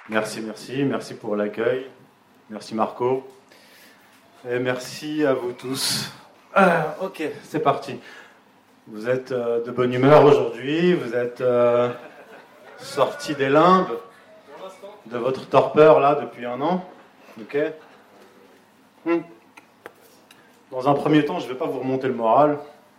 Merci pour l'accueil. Merci Marco. Et merci à vous tous. Ok, c'est parti. Vous êtes de bonne humeur aujourd'hui, vous êtes sortis des limbes de votre torpeur là depuis un an. Ok. Dans un premier temps, je ne vais pas vous remonter le moral.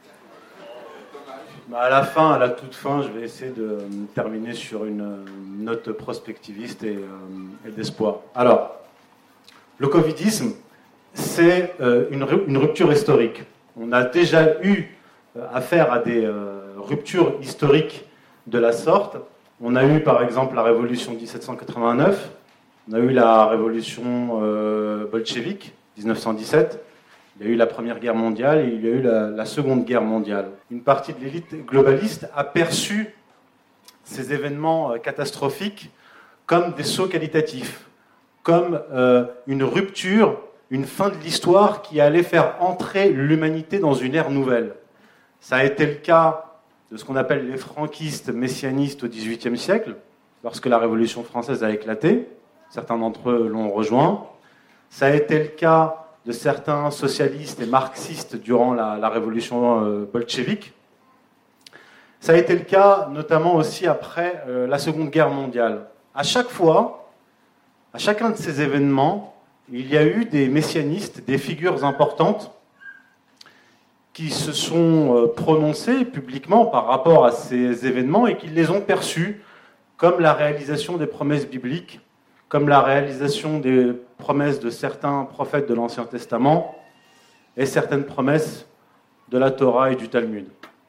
À la toute fin, je vais essayer de terminer sur une note prospectiviste et d'espoir. Alors, le covidisme, c'est une rupture historique. On a déjà eu affaire à des ruptures historiques de la sorte. On a eu par exemple la révolution de 1789, on a eu la révolution bolchevique, 1917, il y a eu la Première Guerre mondiale et il y a eu la Seconde Guerre mondiale. Une partie de l'élite globaliste a perçu ces événements catastrophiques comme des sauts qualitatifs, comme une rupture, une fin de l'histoire qui allait faire entrer l'humanité dans une ère nouvelle. Ça a été le cas de ce qu'on appelle les franquistes messianistes au XVIIIe siècle, lorsque la Révolution française a éclaté. Certains d'entre eux l'ont rejoint. Ça a été le cas de certains socialistes et marxistes durant la révolution bolchevique. Ça a été le cas notamment aussi après la Seconde Guerre mondiale. À chaque fois, à chacun de ces événements, il y a eu des messianistes, des figures importantes qui se sont prononcées publiquement par rapport à ces événements et qui les ont perçus comme la réalisation des promesses bibliques, comme la réalisation des promesses de certains prophètes de l'Ancien Testament et certaines promesses de la Torah et du Talmud.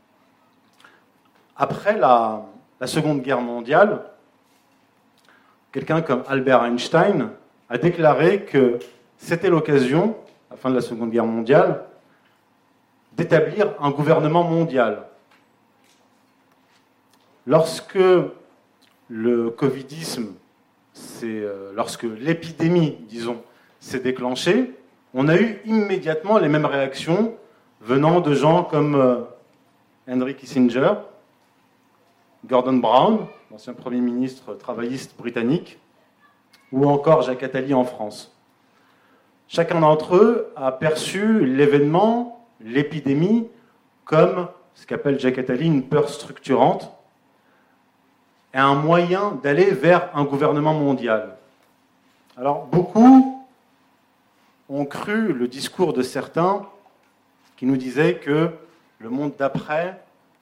Après la Seconde Guerre mondiale, quelqu'un comme Albert Einstein a déclaré que c'était l'occasion, à la fin de la Seconde Guerre mondiale, d'établir un gouvernement mondial. Lorsque le covidisme, lorsque l'épidémie, disons, s'est déclenchée, on a eu immédiatement les mêmes réactions venant de gens comme Henry Kissinger, Gordon Brown, l'ancien Premier ministre travailliste britannique, ou encore Jacques Attali en France. Chacun d'entre eux a perçu l'événement, l'épidémie, comme ce qu'appelle Jacques Attali une peur structurante et un moyen d'aller vers un gouvernement mondial. Alors, beaucoup ont cru le discours de certains qui nous disaient que le monde d'après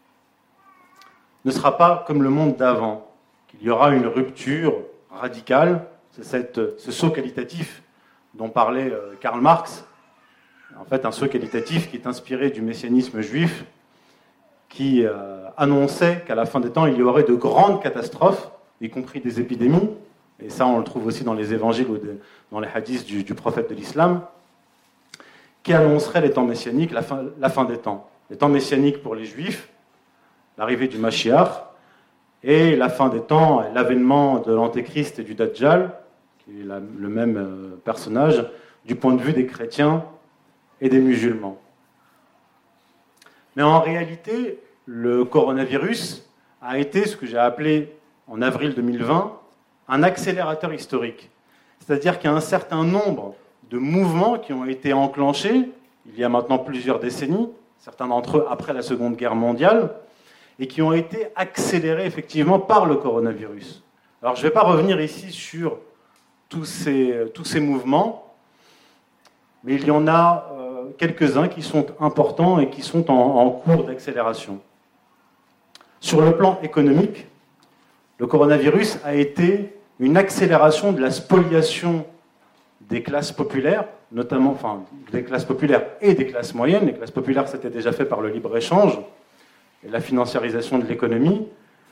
ne sera pas comme le monde d'avant, qu'il y aura une rupture radicale, c'est ce saut qualitatif dont parlait Karl Marx, en fait un saut qualitatif qui est inspiré du messianisme juif, qui annonçait qu'à la fin des temps, il y aurait de grandes catastrophes, y compris des épidémies, et ça on le trouve aussi dans les évangiles ou dans les hadiths du prophète de l'islam, qui annoncerait les temps messianiques, la fin des temps. Les temps messianiques pour les juifs, l'arrivée du Mashiach, et la fin des temps, l'avènement de l'Antéchrist et du Dajjal, qui est le même personnage, du point de vue des chrétiens et des musulmans. Mais en réalité, le coronavirus a été ce que j'ai appelé, en avril 2020, un accélérateur historique. C'est-à-dire qu'il y a un certain nombre de mouvements qui ont été enclenchés, il y a maintenant plusieurs décennies, certains d'entre eux après la Seconde Guerre mondiale, et qui ont été accélérés effectivement par le coronavirus. Alors je ne vais pas revenir ici sur tous ces mouvements, mais il y en a quelques-uns qui sont importants et qui sont en cours d'accélération. Sur le plan économique, le coronavirus a été une accélération de la spoliation des classes populaires, notamment, enfin, des classes populaires et des classes moyennes. Les classes populaires, c'était déjà fait par le libre-échange et la financiarisation de l'économie.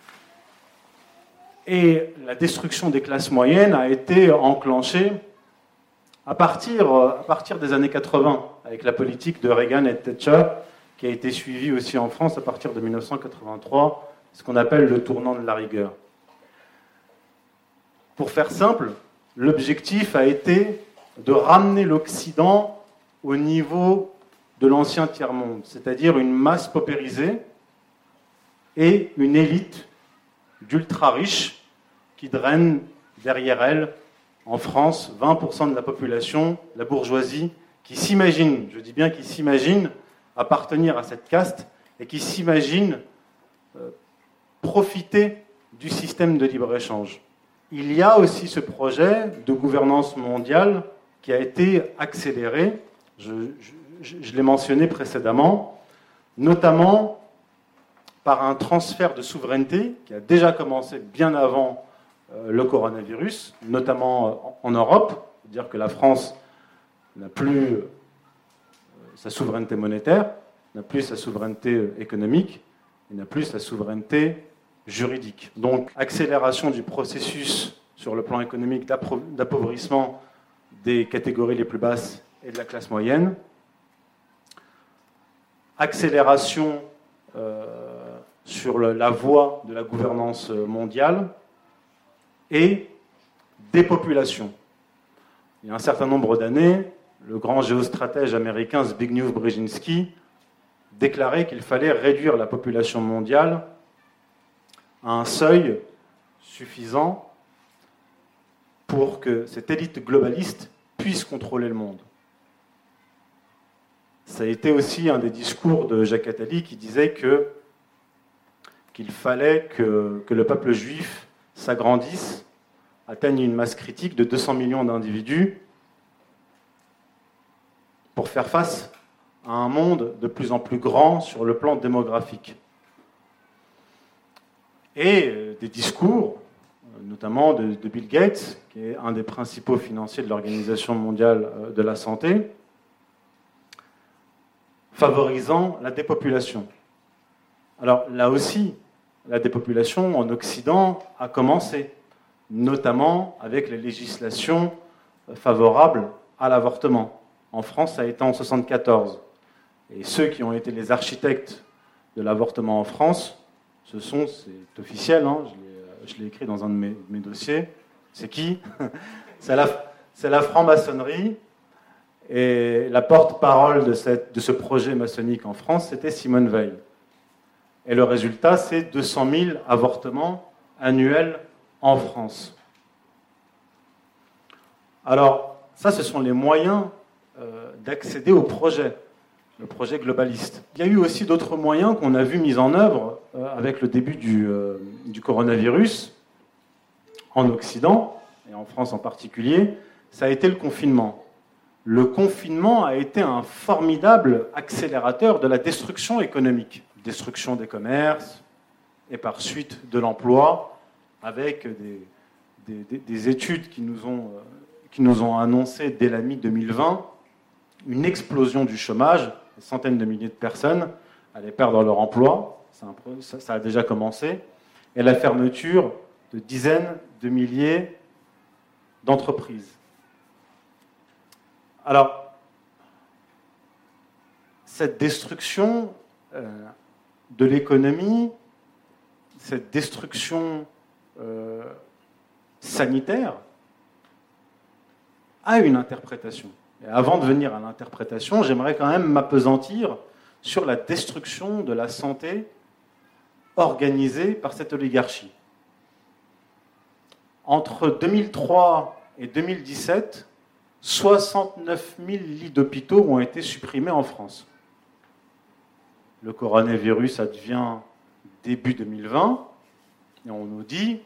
Et la destruction des classes moyennes a été enclenchée à partir des années 80, avec la politique de Reagan et de Thatcher, qui a été suivie aussi en France à partir de 1983, ce qu'on appelle le tournant de la rigueur. Pour faire simple, l'objectif a été de ramener l'Occident au niveau de l'ancien tiers-monde, c'est-à-dire une masse paupérisée et une élite d'ultra-riches qui drainent derrière elle, en France, 20% de la population, la bourgeoisie, qui s'imagine, je dis bien qui s'imagine, appartenir à cette caste et qui s'imagine profiter du système de libre-échange. Il y a aussi ce projet de gouvernance mondiale qui a été accéléré, je l'ai mentionné précédemment, notamment par un transfert de souveraineté qui a déjà commencé bien avant le coronavirus, notamment en Europe, c'est-à-dire que la France n'a plus sa souveraineté monétaire, n'a plus sa souveraineté économique, et n'a plus sa souveraineté juridique. Donc, accélération du processus sur le plan économique d'appauvrissement des catégories les plus basses et de la classe moyenne, accélération sur la voie de la gouvernance mondiale et dépopulation. Il y a un certain nombre d'années, le grand géostratège américain Zbigniew Brzezinski déclarait qu'il fallait réduire la population mondiale à un seuil suffisant pour que cette élite globaliste puisse contrôler le monde. Ça a été aussi un des discours de Jacques Attali qui disait qu'il fallait que le peuple juif s'agrandisse, atteigne une masse critique de 200 millions d'individus pour faire face à un monde de plus en plus grand sur le plan démographique. Et des discours, notamment de Bill Gates, qui est un des principaux financiers de l'Organisation mondiale de la santé, favorisant la dépopulation. Alors là aussi, la dépopulation en Occident a commencé, notamment avec les législations favorables à l'avortement. En France, ça a été en 1974. Et ceux qui ont été les architectes de l'avortement en France, c'est officiel, hein, je l'ai écrit dans un de mes dossiers, c'est qui? C'est la franc-maçonnerie, et la porte-parole de ce projet maçonnique en France, c'était Simone Veil. Et le résultat, c'est 200 000 avortements annuels en France. Alors, ça, ce sont les moyens d'accéder au projet, le projet globaliste. Il y a eu aussi d'autres moyens qu'on a vu mis en œuvre avec le début du coronavirus en Occident, et en France en particulier, ça a été le confinement. Le confinement a été un formidable accélérateur de la destruction économique. Destruction des commerces et par suite de l'emploi, avec des études qui nous ont annoncé dès la mi-2020 une explosion du chômage, des centaines de milliers de personnes allaient perdre leur emploi, ça a déjà commencé, et la fermeture de dizaines de milliers d'entreprises. Alors, cette destruction de l'économie, cette destruction sanitaire a une interprétation. Et avant de venir à l'interprétation, j'aimerais quand même m'appesantir sur la destruction de la santé organisée par cette oligarchie. Entre 2003 et 2017, 69 000 lits d'hôpitaux ont été supprimés en France. Le coronavirus advient début 2020, et on nous dit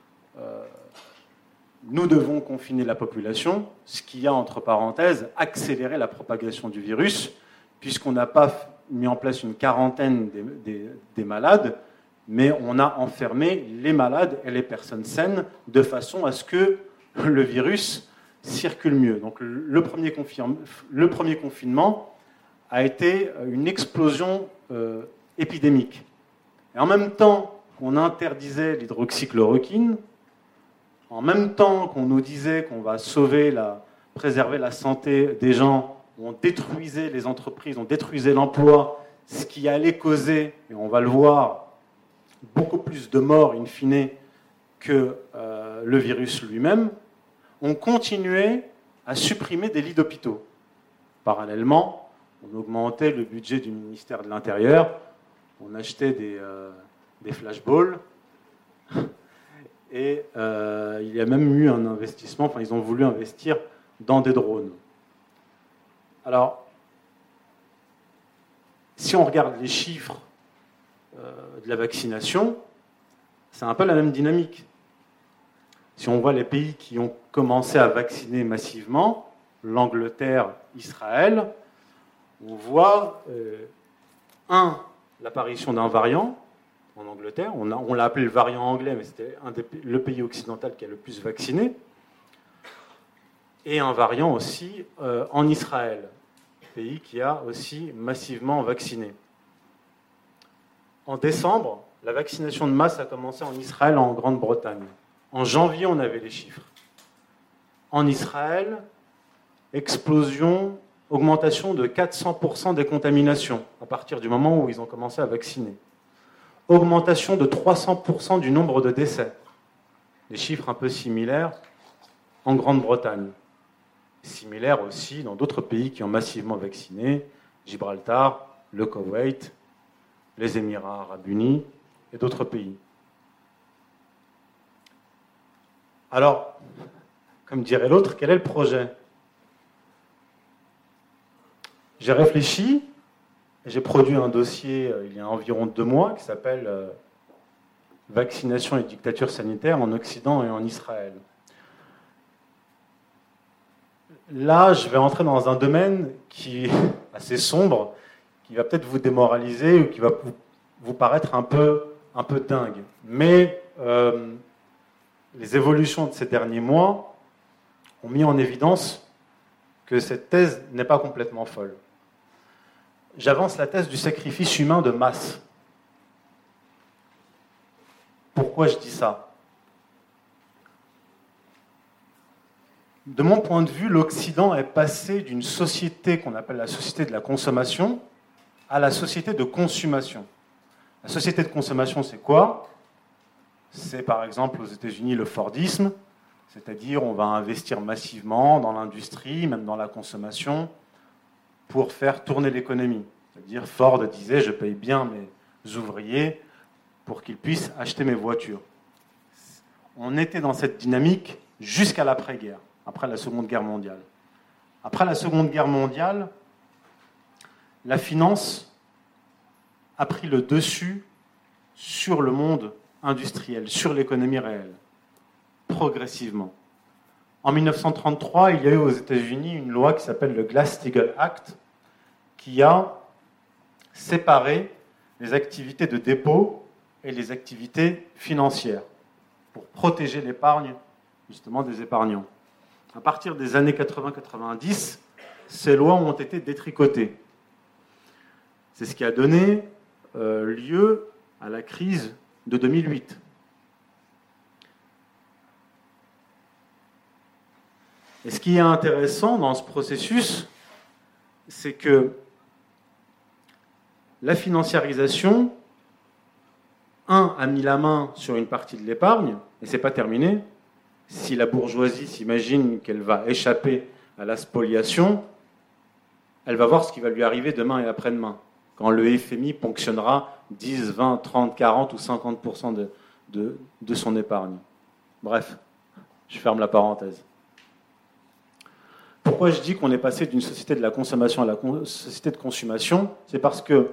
nous devons confiner la population, ce qui a, entre parenthèses, accéléré la propagation du virus, puisqu'on n'a pas mis en place une quarantaine des malades, mais on a enfermé les malades et les personnes saines de façon à ce que le virus circule mieux. Donc le premier confinement a été une explosion épidémique. Et en même temps qu'on interdisait l'hydroxychloroquine, en même temps qu'on nous disait qu'on va préserver la santé des gens, on détruisait les entreprises, on détruisait l'emploi, ce qui allait causer, et on va le voir, beaucoup plus de morts in fine que le virus lui-même, on continuait à supprimer des lits d'hôpitaux. Parallèlement, on augmentait le budget du ministère de l'Intérieur, on achetait des flashballs, Et il y a même eu un investissement, enfin ils ont voulu investir dans des drones. Alors, si on regarde les chiffres de la vaccination, c'est un peu la même dynamique. Si on voit les pays qui ont commencé à vacciner massivement, l'Angleterre, Israël, on voit, l'apparition d'un variant en Angleterre. On l'a appelé le variant anglais, mais c'était le pays occidental qui a le plus vacciné. Et un variant aussi en Israël, pays qui a aussi massivement vacciné. En décembre, la vaccination de masse a commencé en Israël, en Grande-Bretagne. En janvier, on avait les chiffres. En Israël, explosion, augmentation de 400% des contaminations à partir du moment où ils ont commencé à vacciner. Augmentation de 300% du nombre de décès. Des chiffres un peu similaires en Grande-Bretagne. Similaires aussi dans d'autres pays qui ont massivement vacciné, Gibraltar, le Koweït, les Émirats arabes unis et d'autres pays. Alors, comme dirait l'autre, quel est le projet ? J'ai réfléchi, et j'ai produit un dossier il y a environ 2 mois qui s'appelle Vaccination et dictature sanitaire en Occident et en Israël. Là, je vais entrer dans un domaine qui est assez sombre, qui va peut-être vous démoraliser ou qui va vous paraître un peu dingue. Mais les évolutions de ces derniers mois ont mis en évidence que cette thèse n'est pas complètement folle. J'avance la thèse du sacrifice humain de masse. Pourquoi je dis ça ? De mon point de vue, l'Occident est passé d'une société qu'on appelle la société de la consommation à la société de consommation. La société de consommation, c'est quoi ? C'est par exemple aux États-Unis le Fordisme, c'est-à-dire on va investir massivement dans l'industrie, même dans la consommation, pour faire tourner l'économie. C'est-à-dire Ford disait je paye bien mes ouvriers pour qu'ils puissent acheter mes voitures. On était dans cette dynamique jusqu'à l'après-guerre, après la Seconde Guerre mondiale. Après la Seconde Guerre mondiale, la finance a pris le dessus sur le monde industriel, sur l'économie réelle, progressivement. En 1933, il y a eu aux États-Unis une loi qui s'appelle le Glass-Steagall Act, qui a séparé les activités de dépôt et les activités financières pour protéger l'épargne, justement, des épargnants. À partir des années 80-90, ces lois ont été détricotées. C'est ce qui a donné lieu à la crise de 2008. Et ce qui est intéressant dans ce processus, c'est que la financiarisation, a mis la main sur une partie de l'épargne, et ce n'est pas terminé. Si la bourgeoisie s'imagine qu'elle va échapper à la spoliation, elle va voir ce qui va lui arriver demain et après-demain, quand le FMI ponctionnera 10, 20, 30, 40 ou 50% de son épargne. Bref, je ferme la parenthèse. Pourquoi je dis qu'on est passé d'une société de la consommation à la société de consommation ? C'est parce que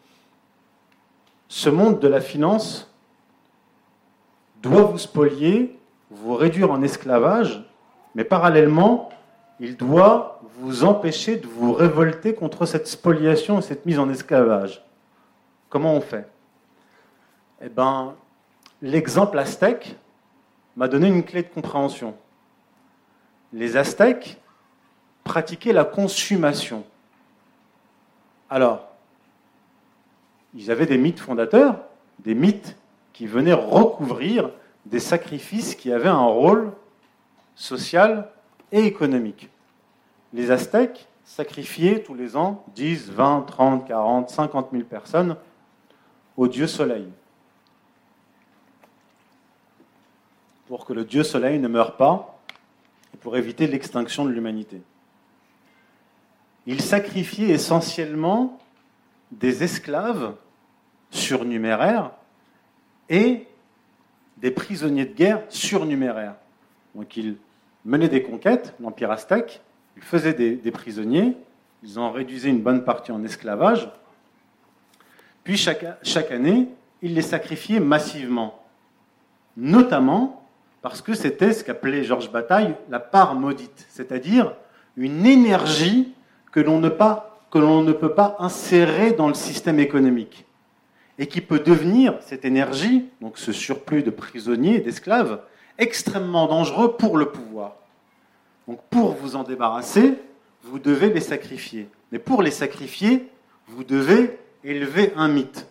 ce monde de la finance doit vous spolier, vous réduire en esclavage, mais parallèlement, il doit vous empêcher de vous révolter contre cette spoliation et cette mise en esclavage. Comment on fait ? Eh bien, l'exemple aztèque m'a donné une clé de compréhension. Les Aztèques pratiquaient la consommation. Alors, ils avaient des mythes fondateurs, des mythes qui venaient recouvrir des sacrifices qui avaient un rôle social et économique. Les Aztèques sacrifiaient tous les ans 10, 20, 30, 40, 50 000 personnes au dieu Soleil. Pour que le dieu Soleil ne meure pas et pour éviter l'extinction de l'humanité. Ils sacrifiaient essentiellement des esclaves surnuméraires et des prisonniers de guerre surnuméraires. Donc ils menaient des conquêtes, l'Empire aztèque, ils faisaient des prisonniers, ils en réduisaient une bonne partie en esclavage, puis chaque année, ils les sacrifiaient massivement, notamment parce que c'était ce qu'appelait Georges Bataille la part maudite, c'est-à-dire une énergie que l'on ne peut pas insérer dans le système économique et qui peut devenir, cette énergie, donc ce surplus de prisonniers et d'esclaves, extrêmement dangereux pour le pouvoir. Donc pour vous en débarrasser, vous devez les sacrifier. Mais pour les sacrifier, vous devez élever un mythe.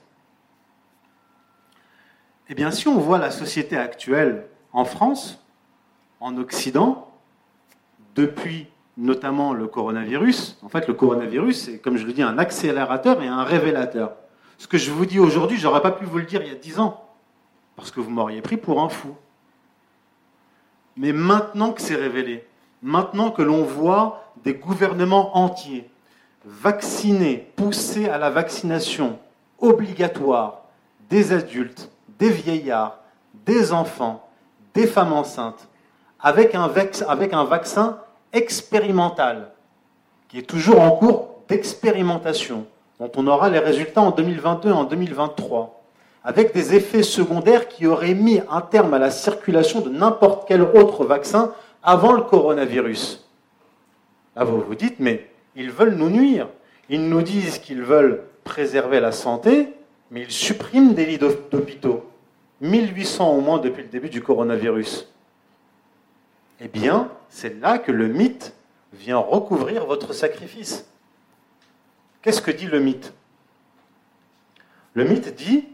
Eh bien, si on voit la société actuelle en France, en Occident, depuis notamment le coronavirus, en fait, le coronavirus, c'est, comme je le dis, un accélérateur et un révélateur. Ce que je vous dis aujourd'hui, je n'aurais pas pu vous le dire il y a 10 ans, parce que vous m'auriez pris pour un fou. Mais maintenant que c'est révélé, maintenant que l'on voit des gouvernements entiers vaccinés, poussés à la vaccination obligatoire des adultes, des vieillards, des enfants, des femmes enceintes, avec un vaccin expérimental, qui est toujours en cours d'expérimentation, dont on aura les résultats en 2022 et en 2023, avec des effets secondaires qui auraient mis un terme à la circulation de n'importe quel autre vaccin avant le coronavirus. Là, vous vous dites, mais ils veulent nous nuire. Ils nous disent qu'ils veulent préserver la santé, mais ils suppriment des lits d'hôpitaux. 1800 au moins depuis le début du coronavirus. Eh bien, c'est là que le mythe vient recouvrir votre sacrifice. Qu'est-ce que dit le mythe? Le mythe dit,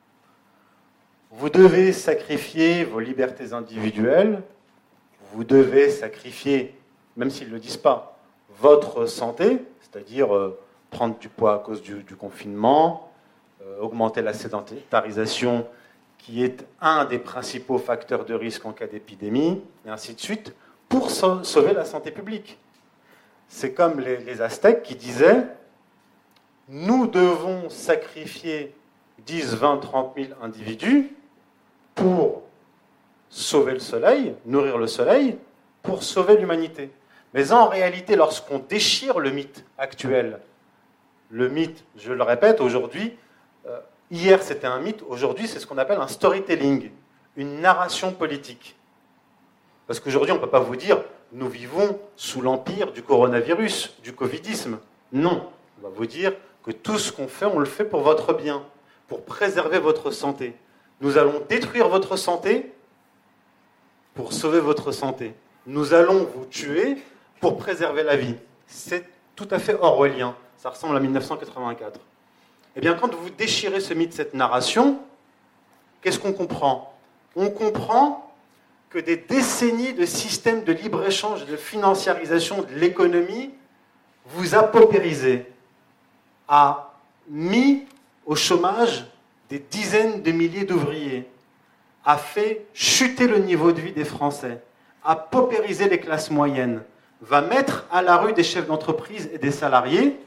vous devez sacrifier vos libertés individuelles, vous devez sacrifier, même s'ils ne le disent pas, votre santé, c'est-à-dire prendre du poids à cause du confinement, augmenter la sédentarisation, qui est un des principaux facteurs de risque en cas d'épidémie, et ainsi de suite, pour sauver la santé publique. C'est comme les Aztèques qui disaient, nous devons sacrifier 10, 20, 30 000 individus pour sauver le soleil, nourrir le soleil, pour sauver l'humanité. Mais en réalité, lorsqu'on déchire le mythe actuel, le mythe, je le répète, aujourd'hui, hier c'était un mythe, aujourd'hui c'est ce qu'on appelle un storytelling, une narration politique. Parce qu'aujourd'hui on ne peut pas vous dire, nous vivons sous l'empire du coronavirus, du covidisme. Non, on va vous dire que tout ce qu'on fait, on le fait pour votre bien, pour préserver votre santé. Nous allons détruire votre santé pour sauver votre santé. Nous allons vous tuer pour préserver la vie. C'est tout à fait orwellien. Ça ressemble à 1984. Eh bien, quand vous déchirez ce mythe, cette narration, qu'est-ce qu'on comprend? On comprend que des décennies de systèmes de libre-échange et de financiarisation de l'économie vous a paupérisé, a mis au chômage des dizaines de milliers d'ouvriers, a fait chuter le niveau de vie des Français, a paupérisé les classes moyennes, va mettre à la rue des chefs d'entreprise et des salariés.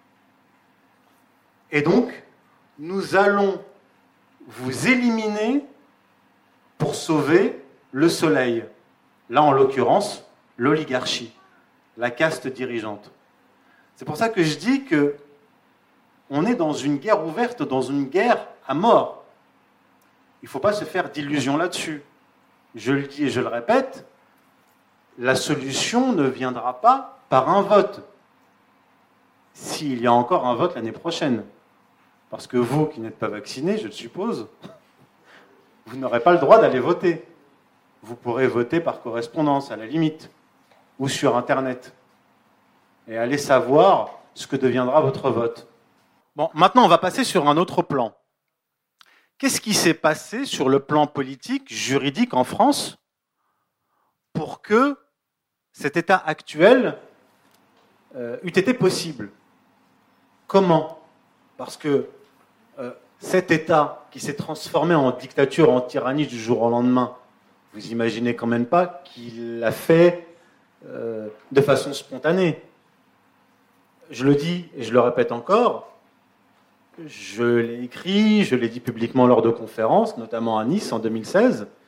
Et donc, nous allons vous éliminer pour sauver le soleil. Là, en l'occurrence, l'oligarchie, la caste dirigeante. C'est pour ça que je dis que on est dans une guerre ouverte, dans une guerre à mort. Il ne faut pas se faire d'illusions là-dessus. Je le dis et je le répète, la solution ne viendra pas par un vote. S'il y a encore un vote l'année prochaine. Parce que vous, qui n'êtes pas vaccinés, je le suppose, vous n'aurez pas le droit d'aller voter. Vous pourrez voter par correspondance, à la limite, ou sur Internet. Et aller savoir ce que deviendra votre vote. Bon, maintenant, on va passer sur un autre plan. Qu'est-ce qui s'est passé sur le plan politique, juridique en France pour que cet état actuel eût été possible? Comment? Parce que cet état qui s'est transformé en dictature, en tyrannie du jour au lendemain, vous imaginez quand même pas qu'il l'a fait de façon spontanée. Je le dis et je le répète encore, je l'ai écrit, je l'ai dit publiquement lors de conférences, notamment à Nice en 2016,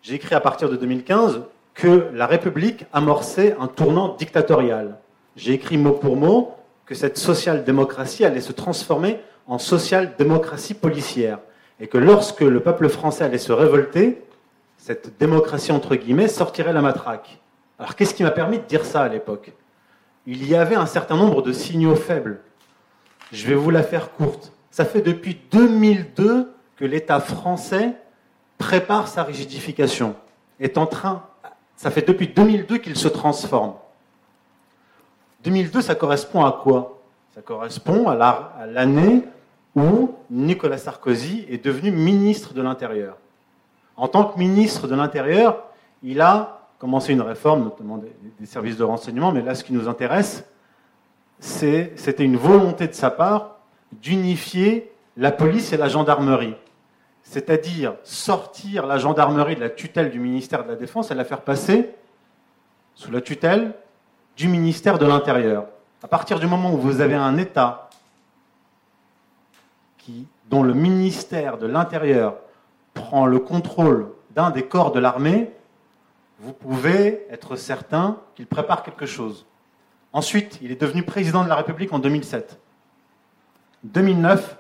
j'ai écrit à partir de 2015 que la République amorçait un tournant dictatorial. J'ai écrit mot pour mot que cette social-démocratie allait se transformer en social-démocratie policière. Et que lorsque le peuple français allait se révolter, cette démocratie, entre guillemets, sortirait la matraque. Alors qu'est-ce qui m'a permis de dire ça à l'époque? Il y avait un certain nombre de signaux faibles. Je vais vous la faire courte. Ça fait depuis 2002 que l'État français prépare sa rigidification. Ça fait depuis 2002 qu'il se transforme. 2002, ça correspond à quoi? Ça correspond à l'année où Nicolas Sarkozy est devenu ministre de l'Intérieur. En tant que ministre de l'Intérieur, il a commencé une réforme, notamment des services de renseignement, mais là, ce qui nous intéresse, c'était une volonté de sa part d'unifier la police et la gendarmerie. C'est-à-dire sortir la gendarmerie de la tutelle du ministère de la Défense et la faire passer sous la tutelle du ministère de l'Intérieur. À partir du moment où vous avez un État dont le ministère de l'Intérieur prend le contrôle d'un des corps de l'armée, vous pouvez être certain qu'il prépare quelque chose. Ensuite, il est devenu président de la République en 2007. 2009,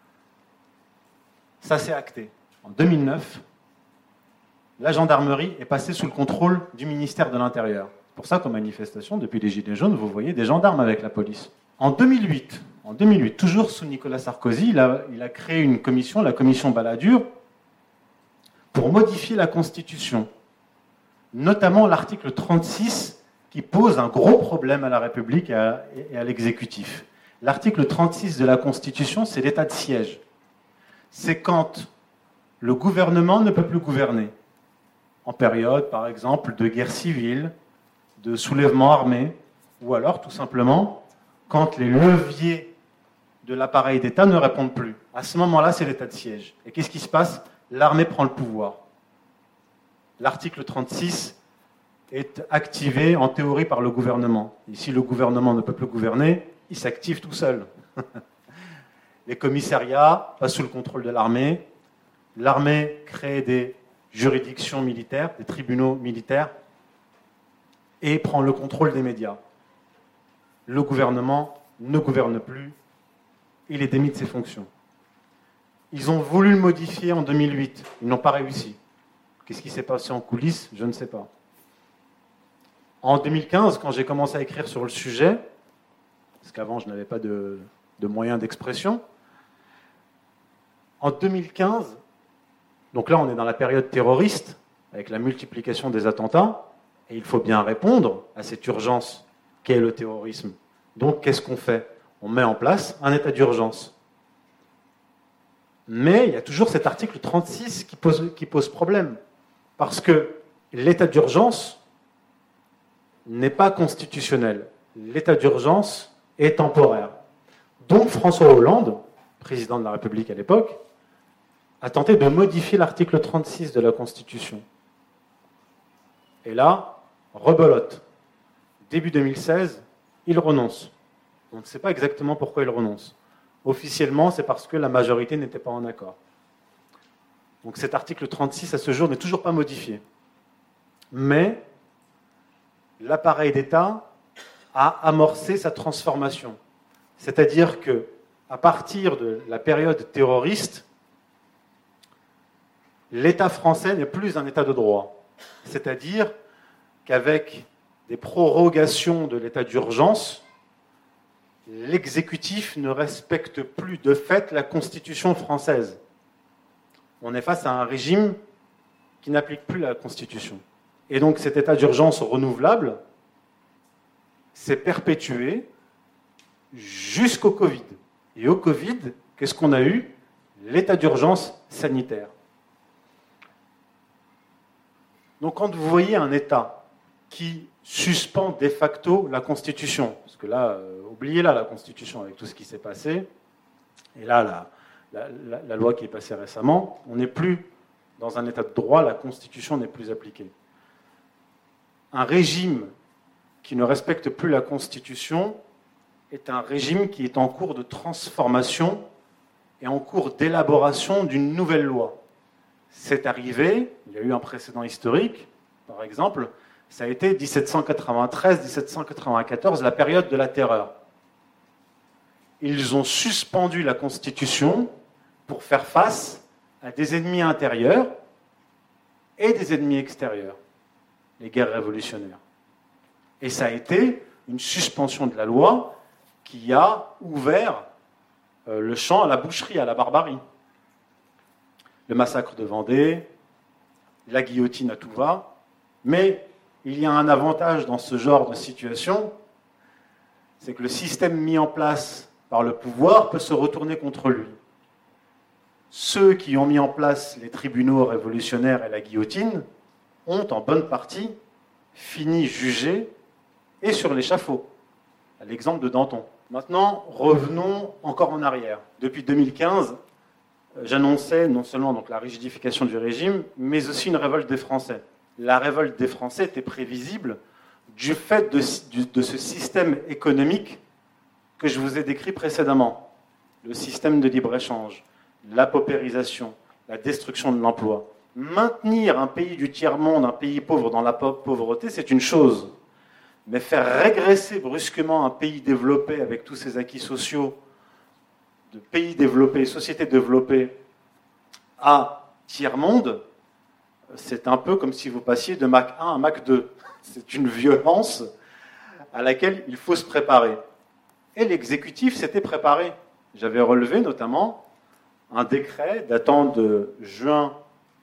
ça s'est acté. En 2009, la gendarmerie est passée sous le contrôle du ministère de l'Intérieur. C'est pour ça qu'en manifestation, depuis les Gilets jaunes, vous voyez des gendarmes avec la police. En 2008, toujours sous Nicolas Sarkozy, il a créé une commission, la commission Balladur, pour modifier la Constitution. Notamment l'article 36 qui pose un gros problème à la République et à l'exécutif. L'article 36 de la Constitution, c'est l'état de siège. C'est quand le gouvernement ne peut plus gouverner. En période, par exemple, de guerre civile, de soulèvement armé, ou alors, tout simplement, quand les leviers de l'appareil d'État ne répondent plus. À ce moment-là, c'est l'état de siège. Et qu'est-ce qui se passe? L'armée prend le pouvoir. L'article 36 est activé en théorie par le gouvernement. Et si le gouvernement ne peut plus gouverner, il s'active tout seul. Les commissariats passent sous le contrôle de l'armée. L'armée crée des juridictions militaires, des tribunaux militaires, et prend le contrôle des médias. Le gouvernement ne gouverne plus, il est démis de ses fonctions. Ils ont voulu le modifier en 2008, ils n'ont pas réussi. Qu'est-ce qui s'est passé en coulisses? Je ne sais pas. En 2015, quand j'ai commencé à écrire sur le sujet, parce qu'avant je n'avais pas de moyens d'expression, en 2015, donc là on est dans la période terroriste, avec la multiplication des attentats, et il faut bien répondre à cette urgence qu'est le terrorisme. Donc qu'est-ce qu'on fait? On met en place un état d'urgence. Mais il y a toujours cet article 36 qui pose problème. Parce que l'état d'urgence n'est pas constitutionnel. L'état d'urgence est temporaire. Donc François Hollande, président de la République à l'époque, a tenté de modifier l'article 36 de la Constitution. Et là, rebelote. Début 2016, il renonce. On ne sait pas exactement pourquoi il renonce. Officiellement, c'est parce que la majorité n'était pas en accord. Donc cet article 36, à ce jour, n'est toujours pas modifié. Mais l'appareil d'État a amorcé sa transformation. C'est-à-dire qu'à partir de la période terroriste, l'État français n'est plus un État de droit. C'est-à-dire qu'avec des prorogations de l'état d'urgence, l'exécutif ne respecte plus de fait la Constitution française. On est face à un régime qui n'applique plus la Constitution. Et donc cet état d'urgence renouvelable s'est perpétué jusqu'au Covid. Et au Covid, qu'est-ce qu'on a eu? L'état d'urgence sanitaire. Donc quand vous voyez un État qui suspend de facto la Constitution, parce que là, oubliez-la la Constitution avec tout ce qui s'est passé, et là, la loi qui est passée récemment, on n'est plus dans un État de droit, la Constitution n'est plus appliquée. Un régime qui ne respecte plus la Constitution est un régime qui est en cours de transformation et en cours d'élaboration d'une nouvelle loi. c'est arrivé, il y a eu un précédent historique, par exemple, ça a été 1793-1794, la période de la terreur. Ils ont suspendu la Constitution pour faire face à des ennemis intérieurs et des ennemis extérieurs, les guerres révolutionnaires. Et ça a été une suspension de la loi qui a ouvert le champ à la boucherie, à la barbarie. Le massacre de Vendée, la guillotine à tout va, mais il y a un avantage dans ce genre de situation, c'est que le système mis en place par le pouvoir peut se retourner contre lui. Ceux qui ont mis en place les tribunaux révolutionnaires et la guillotine ont en bonne partie fini jugés et sur l'échafaud, à l'exemple de Danton. Maintenant, revenons encore en arrière. Depuis 2015, j'annonçais non seulement donc la rigidification du régime, mais aussi une révolte des Français. La révolte des Français était prévisible du fait de ce système économique que je vous ai décrit précédemment. Le système de libre-échange, la paupérisation, la destruction de l'emploi. Maintenir un pays du tiers-monde, un pays pauvre dans la pauvreté, c'est une chose. Mais faire régresser brusquement un pays développé avec tous ses acquis sociaux, de pays développés, sociétés développées, à tiers-monde, c'est un peu comme si vous passiez de Mach 1 à Mach 2. C'est une violence à laquelle il faut se préparer. Et l'exécutif s'était préparé. J'avais relevé notamment un décret datant de juin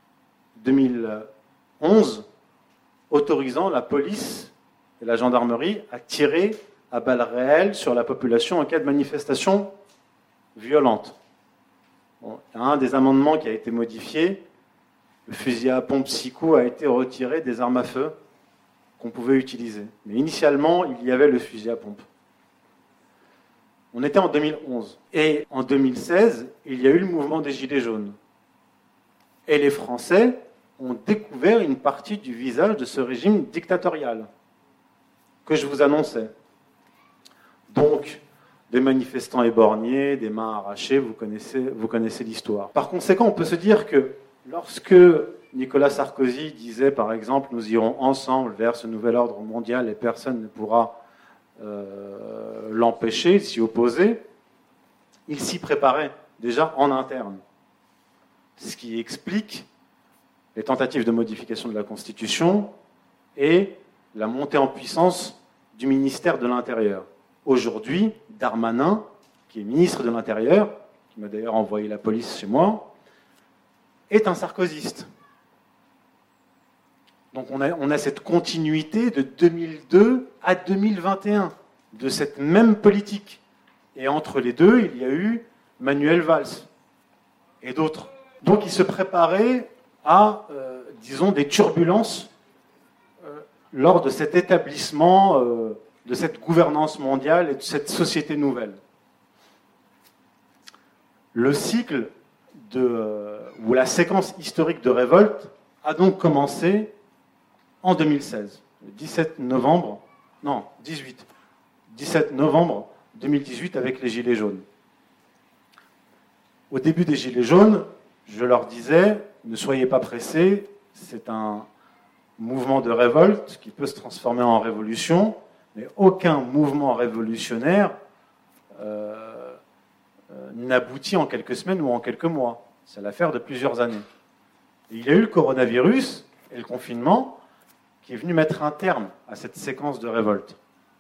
2011 autorisant la police et la gendarmerie à tirer à balles réelles sur la population en cas de manifestation violente. Bon, un des amendements qui a été modifié, le fusil à pompe SICO a été retiré des armes à feu qu'on pouvait utiliser. Mais initialement, il y avait le fusil à pompe. On était en 2011. Et en 2016, il y a eu le mouvement des Gilets jaunes. Et les Français ont découvert une partie du visage de ce régime dictatorial que je vous annonçais. Donc, des manifestants éborgnés, des mains arrachées, vous connaissez l'histoire. Par conséquent, on peut se dire que lorsque Nicolas Sarkozy disait, par exemple, nous irons ensemble vers ce nouvel ordre mondial et personne ne pourra l'empêcher, s'y opposer, il s'y préparait déjà en interne. Ce qui explique les tentatives de modification de la Constitution et la montée en puissance du ministère de l'Intérieur. Aujourd'hui, Darmanin, qui est ministre de l'Intérieur, qui m'a d'ailleurs envoyé la police chez moi, est un sarkozyste. Donc on a cette continuité de 2002 à 2021, de cette même politique. Et entre les deux, il y a eu Manuel Valls et d'autres. Donc il se préparait à, disons, des turbulences lors de cet établissement, de cette gouvernance mondiale et de cette société nouvelle. Le cycle ou la séquence historique de révolte a donc commencé en 2016, le 17 novembre 2018 avec les Gilets jaunes. Au début des Gilets jaunes, je leur disais, ne soyez pas pressés, c'est un mouvement de révolte qui peut se transformer en révolution, mais aucun mouvement révolutionnaire n'aboutit en quelques semaines ou en quelques mois. C'est l'affaire de plusieurs années. Et il y a eu le coronavirus et le confinement qui est venu mettre un terme à cette séquence de révolte.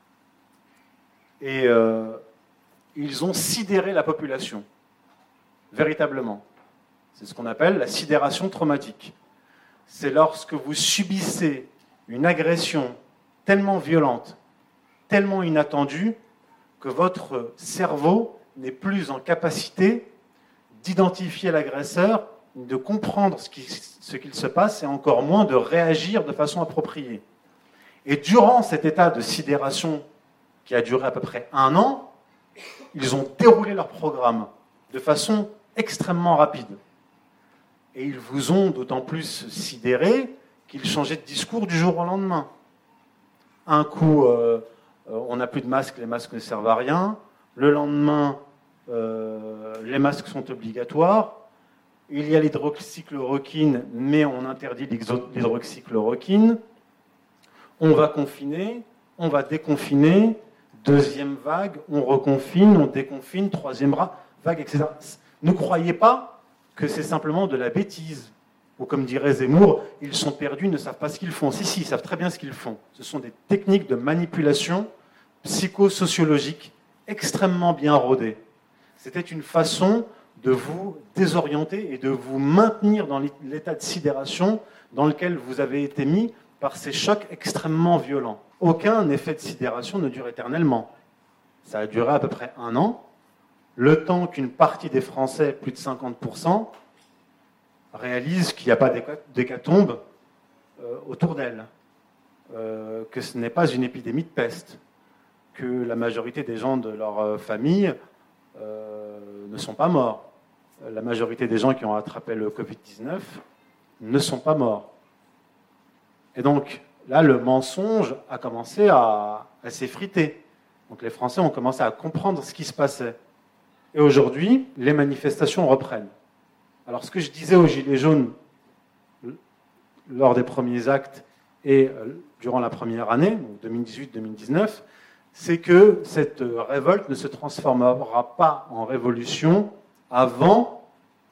Et ils ont sidéré la population, véritablement. C'est ce qu'on appelle la sidération traumatique. C'est lorsque vous subissez une agression tellement violente, tellement inattendue, que votre cerveau n'est plus en capacité d'identifier l'agresseur, de comprendre ce qu'il se passe et encore moins de réagir de façon appropriée. Et durant cet état de sidération qui a duré à peu près 1 an, ils ont déroulé leur programme de façon extrêmement rapide. Et ils vous ont d'autant plus sidéré qu'ils changeaient de discours du jour au lendemain. Un coup, on n'a plus de masques, les masques ne servent à rien. Le lendemain, les masques sont obligatoires. il y a l'hydroxychloroquine, mais on interdit l'hydroxychloroquine. On va confiner, on va déconfiner, deuxième vague, on reconfine, on déconfine, troisième vague, etc. Ne croyez pas que c'est simplement de la bêtise. Ou comme dirait Zemmour, ils sont perdus, ils ne savent pas ce qu'ils font. Si, ils savent très bien ce qu'ils font. Ce sont des techniques de manipulation psychosociologique extrêmement bien rodées. C'était une façon de vous désorienter et de vous maintenir dans l'état de sidération dans lequel vous avez été mis par ces chocs extrêmement violents. Aucun effet de sidération ne dure éternellement. Ça a duré à peu près 1 an, le temps qu'une partie des Français, plus de 50%, réalisent qu'il n'y a pas d'hécatombe autour d'elle, que ce n'est pas une épidémie de peste, que la majorité des gens de leur famille ne sont pas morts. La majorité des gens qui ont attrapé le Covid-19 ne sont pas morts. Et donc, là, le mensonge a commencé à s'effriter. Donc les Français ont commencé à comprendre ce qui se passait. Et aujourd'hui, les manifestations reprennent. Alors, ce que je disais aux Gilets jaunes lors des premiers actes et durant la première année, 2018-2019, c'est que cette révolte ne se transformera pas en révolution avant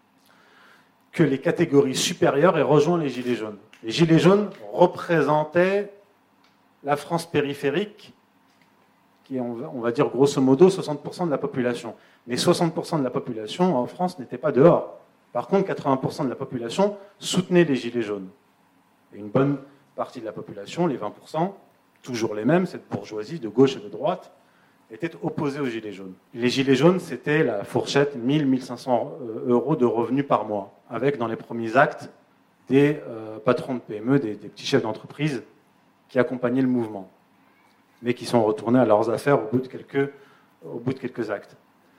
que les catégories supérieures aient rejoint les Gilets jaunes. Les Gilets jaunes représentaient la France périphérique, qui est, on va dire grosso modo, 60% de la population. Mais 60% de la population en France n'était pas dehors. Par contre, 80% de la population soutenait les Gilets jaunes. Et une bonne partie de la population, les 20%, toujours les mêmes, cette bourgeoisie de gauche et de droite, était opposée aux Gilets jaunes. Les Gilets jaunes, c'était la fourchette 1000-1500 euros de revenus par mois, avec dans les premiers actes des patrons de PME, des petits chefs d'entreprise qui accompagnaient le mouvement, mais qui sont retournés à leurs affaires au bout de quelques actes.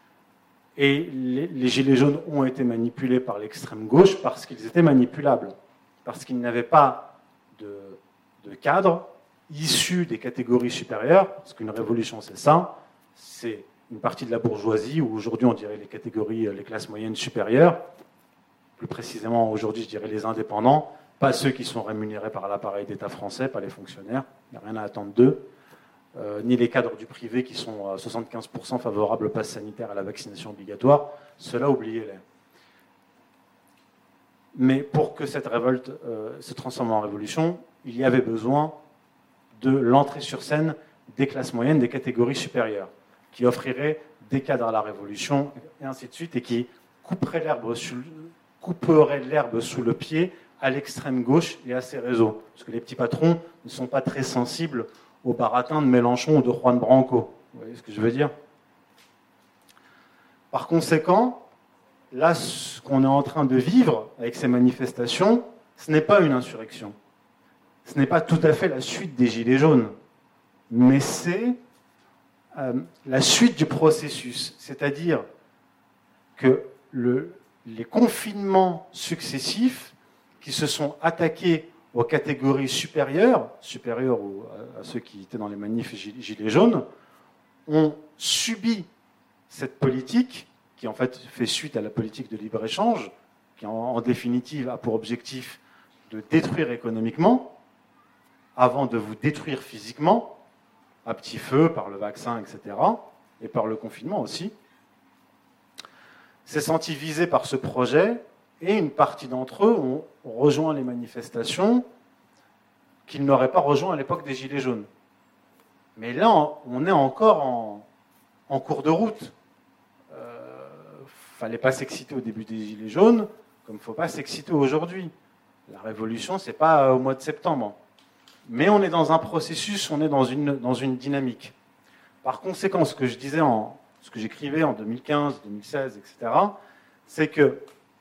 Et les Gilets jaunes ont été manipulés par l'extrême gauche parce qu'ils étaient manipulables, parce qu'ils n'avaient pas de cadre issus des catégories supérieures, parce qu'une révolution c'est ça, c'est une partie de la bourgeoisie, ou aujourd'hui on dirait les classes moyennes supérieures, plus précisément aujourd'hui je dirais les indépendants, pas ceux qui sont rémunérés par l'appareil d'État français, pas les fonctionnaires, il n'y a rien à attendre d'eux, ni les cadres du privé qui sont à 75% favorables au pass sanitaire et à la vaccination obligatoire, ceux-là, oubliez-les. Mais pour que cette révolte se transforme en révolution, il y avait besoin de l'entrée sur scène des classes moyennes, des catégories supérieures, qui offriraient des cadres à la révolution, et ainsi de suite, et qui couperaient l'herbe sous le pied à l'extrême gauche et à ses réseaux. Parce que les petits patrons ne sont pas très sensibles au baratin de Mélenchon ou de Juan Branco. Vous voyez ce que je veux dire? Par conséquent, là, ce qu'on est en train de vivre avec ces manifestations, ce n'est pas une insurrection. Ce n'est pas tout à fait la suite des Gilets jaunes, mais c'est la suite du processus. C'est-à-dire que les confinements successifs qui se sont attaqués aux catégories supérieures à ceux qui étaient dans les manifs Gilets jaunes, ont subi cette politique qui en fait fait suite à la politique de libre-échange, qui en définitive a pour objectif de détruire économiquement, avant de vous détruire physiquement, à petit feu, par le vaccin, etc., et par le confinement aussi, s'est senti visé par ce projet, et une partie d'entre eux ont rejoint les manifestations qu'ils n'auraient pas rejoint à l'époque des Gilets jaunes. Mais là, on est encore en cours de route. Fallait pas s'exciter au début des Gilets jaunes, comme il ne faut pas s'exciter aujourd'hui. La révolution, c'est pas au mois de septembre. Mais on est dans un processus, on est dans une dynamique. Par conséquent, ce que je disais, ce que j'écrivais en 2015, 2016, etc., c'est que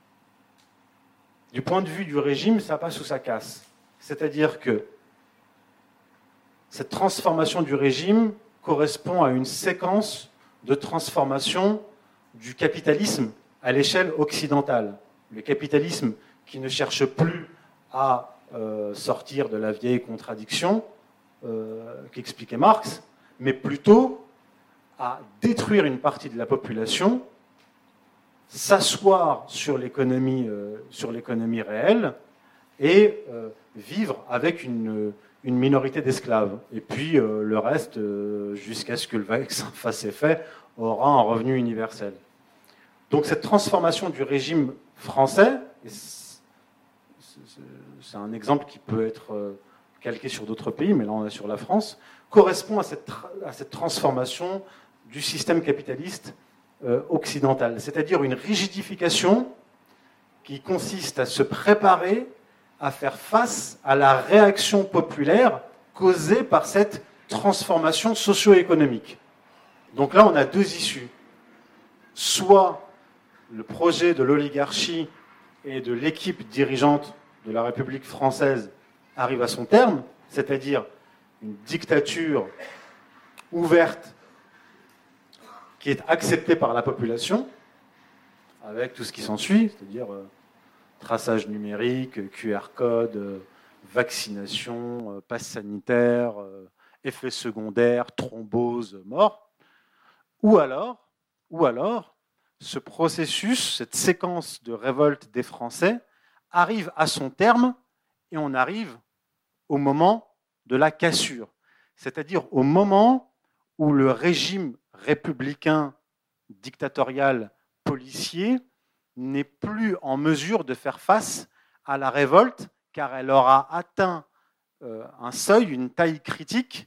du point de vue du régime, ça passe ou ça casse. C'est-à-dire que cette transformation du régime correspond à une séquence de transformation du capitalisme à l'échelle occidentale. Le capitalisme qui ne cherche plus à sortir de la vieille contradiction qu'expliquait Marx, mais plutôt à détruire une partie de la population s'asseoir sur l'économie réelle et vivre avec une minorité d'esclaves. Et puis le reste, jusqu'à ce que le vaccin fasse effet, aura un revenu universel. Donc cette transformation du régime français, c'est un exemple qui peut être calqué sur d'autres pays, mais là on est sur la France, correspond à cette transformation du système capitaliste occidental, c'est-à-dire une rigidification qui consiste à se préparer à faire face à la réaction populaire causée par cette transformation socio-économique. Donc là, on a deux issues. Soit le projet de l'oligarchie et de l'équipe dirigeante de la République française arrive à son terme, c'est-à-dire une dictature ouverte qui est acceptée par la population, avec tout ce qui s'ensuit, c'est-à-dire traçage numérique, QR code, vaccination, passe sanitaire, effets secondaires, thrombose, mort. Ou alors, ce processus, cette séquence de révolte des Français arrive à son terme et on arrive au moment de la cassure, c'est-à-dire au moment où le régime républicain, dictatorial, policier n'est plus en mesure de faire face à la révolte car elle aura atteint un seuil, une taille critique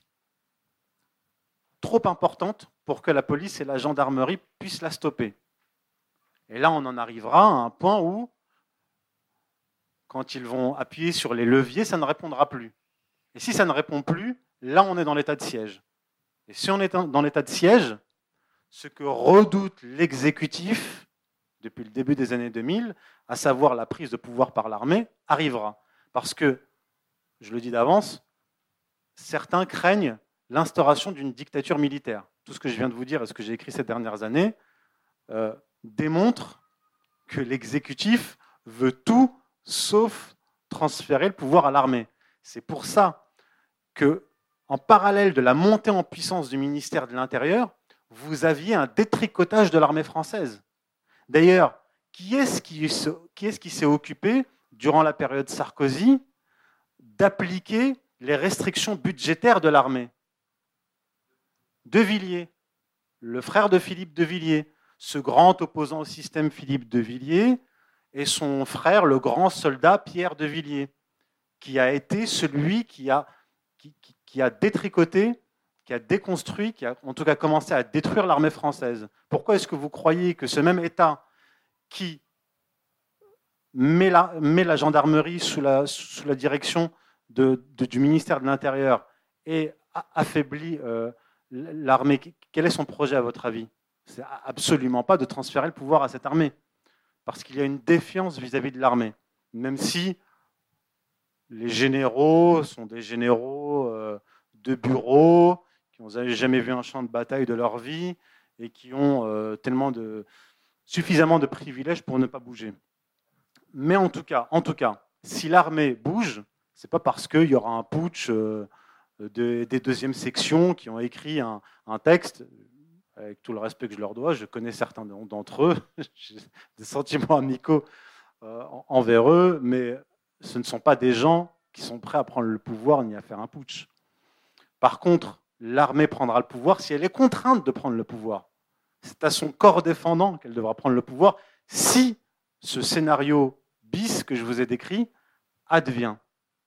trop importante pour que la police et la gendarmerie puissent la stopper. Et là, on en arrivera à un point où, quand ils vont appuyer sur les leviers, ça ne répondra plus. Et si ça ne répond plus, là, on est dans l'état de siège. Et si on est dans l'état de siège, ce que redoute l'exécutif depuis le début des années 2000, à savoir la prise de pouvoir par l'armée, arrivera. Parce que, je le dis d'avance, certains craignent l'instauration d'une dictature militaire. Tout ce que je viens de vous dire et ce que j'ai écrit ces dernières années démontre que l'exécutif veut tout sauf transférer le pouvoir à l'armée. C'est pour ça que, en parallèle de la montée en puissance du ministère de l'Intérieur, vous aviez un détricotage de l'armée française. D'ailleurs, qui est-ce qui s'est occupé, durant la période Sarkozy, d'appliquer les restrictions budgétaires de l'armée? De Villiers, le frère de Philippe de Villiers, ce grand opposant au système Philippe de Villiers, et son frère, le grand soldat Pierre de Villiers, qui a été celui qui a détricoté, qui a déconstruit, qui a en tout cas commencé à détruire l'armée française. Pourquoi est-ce que vous croyez que ce même État qui met la gendarmerie sous la direction du ministère de l'Intérieur et affaiblit l'armée, quel est son projet à votre avis? C'est absolument pas de transférer le pouvoir à cette armée, parce qu'il y a une défiance vis-à-vis de l'armée, même si les généraux sont des généraux de bureau, qui n'ont jamais vu un champ de bataille de leur vie et qui ont suffisamment de privilèges pour ne pas bouger. Mais en tout cas, si l'armée bouge, c'est pas parce qu'il y aura un putsch des deuxièmes sections qui ont écrit un texte, avec tout le respect que je leur dois, je connais certains d'entre eux, j'ai des sentiments amicaux envers eux, mais ce ne sont pas des gens qui sont prêts à prendre le pouvoir ni à faire un putsch. Par contre, l'armée prendra le pouvoir si elle est contrainte de prendre le pouvoir. C'est à son corps défendant qu'elle devra prendre le pouvoir si ce scénario bis que je vous ai décrit advient.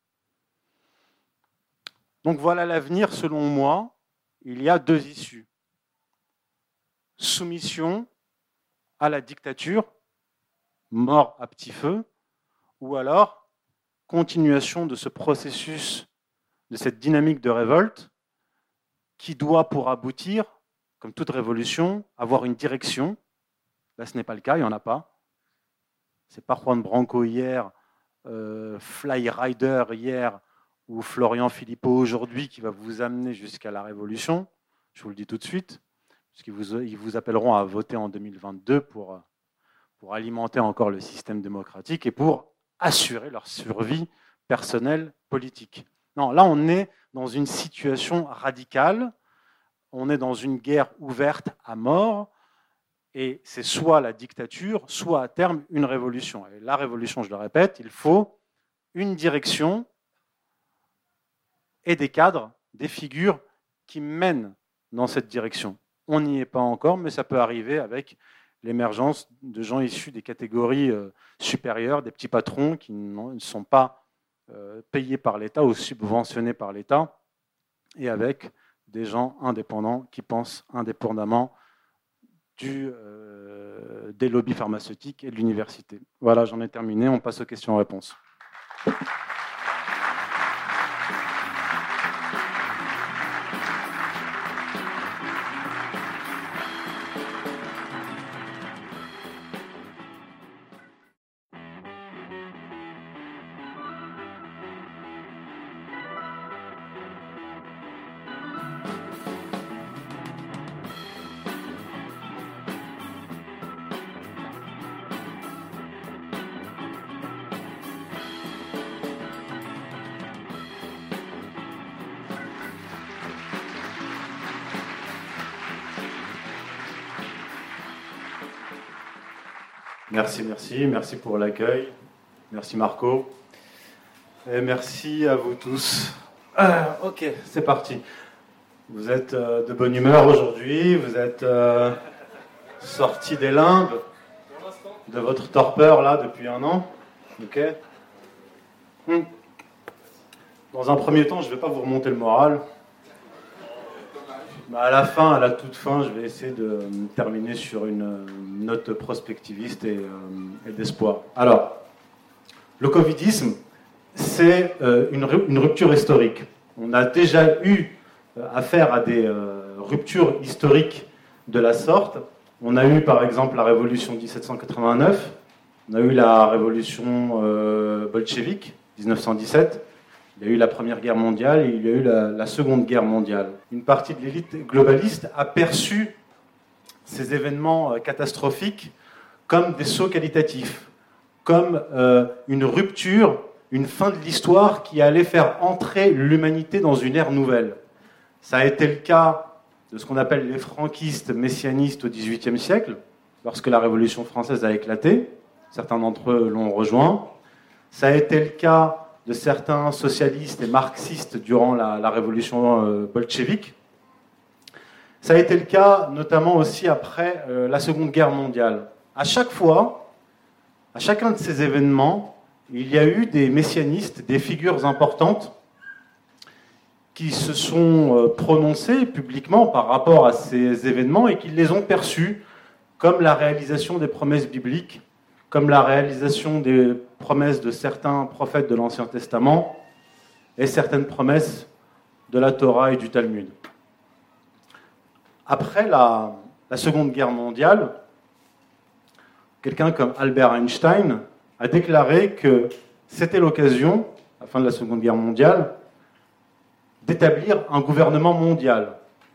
Donc voilà l'avenir, selon moi, il y a deux issues. Soumission à la dictature, mort à petit feu, ou alors continuation de ce processus, de cette dynamique de révolte qui doit, pour aboutir, comme toute révolution, avoir une direction. Là, ce n'est pas le cas, il n'y en a pas. Ce n'est pas Juan Branco hier, Fly Rider hier, ou Florian Philippot aujourd'hui qui va vous amener jusqu'à la révolution. Je vous le dis tout de suite, parce qu'ils vous appelleront à voter en 2022 pour alimenter encore le système démocratique et pour assurer leur survie personnelle politique. Non, là, on est dans une situation radicale, on est dans une guerre ouverte à mort, Et c'est soit la dictature, soit à terme une révolution. Et la révolution, je le répète, il faut une direction et des cadres, des figures qui mènent dans cette direction. On n'y est pas encore, mais ça peut arriver avec l'émergence de gens issus des catégories supérieures, des petits patrons qui ne sont pas payés par l'État ou subventionnés par l'État, et avec des gens indépendants qui pensent indépendamment des lobbies pharmaceutiques et de l'université. Voilà, j'en ai terminé, on passe aux questions-réponses. Merci pour l'accueil. Merci Marco. Et merci à vous tous. Ok, c'est parti. Vous êtes de bonne humeur aujourd'hui, vous êtes sortis des limbes de votre torpeur là depuis un an. Ok. Dans un premier temps, je ne vais pas vous remonter le moral. À la toute fin, je vais essayer de terminer sur une note prospectiviste et d'espoir. Alors, le covidisme, c'est une rupture historique. On a déjà eu affaire à des ruptures historiques de la sorte. On a eu par exemple la révolution de 1789, on a eu la révolution bolchevique, 1917. Il y a eu la Première Guerre mondiale et il y a eu la Seconde Guerre mondiale. Une partie de l'élite globaliste a perçu ces événements catastrophiques comme des sauts qualitatifs, comme une rupture, une fin de l'histoire qui allait faire entrer l'humanité dans une ère nouvelle. Ça a été le cas de ce qu'on appelle les franquistes messianistes au XVIIIe siècle, lorsque la Révolution française a éclaté. Certains d'entre eux l'ont rejoint. Ça a été le cas de certains socialistes et marxistes durant la révolution bolchevique. Ça a été le cas notamment aussi après la Seconde Guerre mondiale. À chaque fois, à chacun de ces événements, il y a eu des messianistes, des figures importantes qui se sont prononcées publiquement par rapport à ces événements et qui les ont perçus comme la réalisation des promesses bibliques, comme la réalisation des promesses de certains prophètes de l'Ancien Testament et certaines promesses de la Torah et du Talmud. Après la Seconde Guerre mondiale, quelqu'un comme Albert Einstein a déclaré que c'était l'occasion, à la fin de la Seconde Guerre mondiale, d'établir un gouvernement mondial.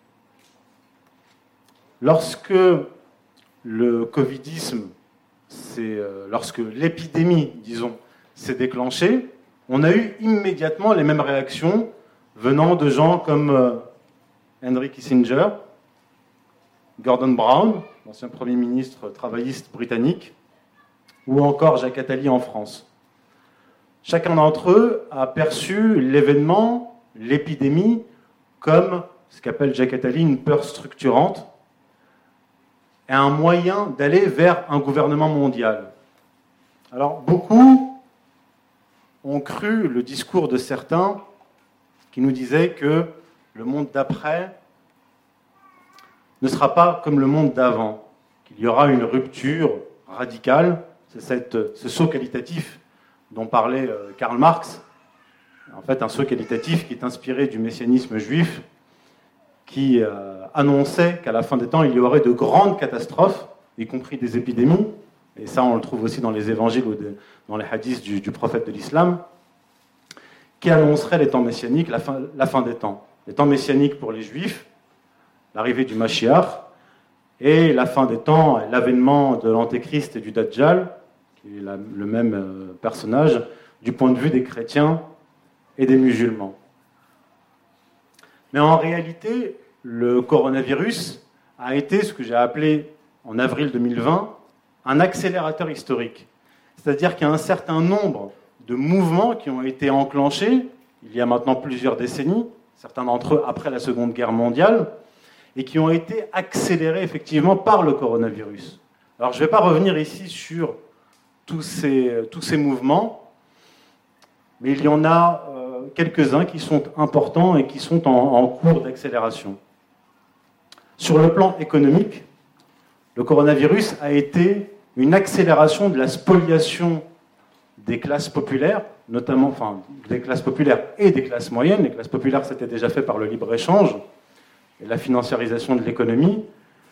Lorsque le covidisme, lorsque l'épidémie, disons, s'est déclenchée, on a eu immédiatement les mêmes réactions venant de gens comme Henry Kissinger, Gordon Brown, l'ancien Premier ministre travailliste britannique, ou encore Jacques Attali en France. Chacun d'entre eux a perçu l'événement, l'épidémie, comme ce qu'appelle Jacques Attali une peur structurante, et un moyen d'aller vers un gouvernement mondial. Alors, beaucoup ont cru le discours de certains qui nous disaient que le monde d'après ne sera pas comme le monde d'avant, qu'il y aura une rupture radicale, c'est ce saut qualitatif dont parlait Karl Marx, en fait un saut qualitatif qui est inspiré du messianisme juif, qui annonçait qu'à la fin des temps, il y aurait de grandes catastrophes, y compris des épidémies, et ça on le trouve aussi dans les évangiles ou dans les hadiths du prophète de l'islam, qui annoncerait les temps messianiques, la fin des temps. Les temps messianiques pour les juifs, l'arrivée du Mashiach, et la fin des temps, l'avènement de l'Antéchrist et du Dajjal, qui est le même personnage, du point de vue des chrétiens et des musulmans. Mais en réalité, le coronavirus a été ce que j'ai appelé en avril 2020, un accélérateur historique. C'est-à-dire qu'il y a un certain nombre de mouvements qui ont été enclenchés il y a maintenant plusieurs décennies, certains d'entre eux après la Seconde Guerre mondiale, et qui ont été accélérés effectivement par le coronavirus. Alors je ne vais pas revenir ici sur tous ces mouvements, mais il y en a quelques-uns qui sont importants et qui sont en cours d'accélération. Sur le plan économique, le coronavirus a été une accélération de la spoliation des classes populaires, notamment des classes populaires et des classes moyennes. Les classes populaires, c'était déjà fait par le libre-échange et la financiarisation de l'économie.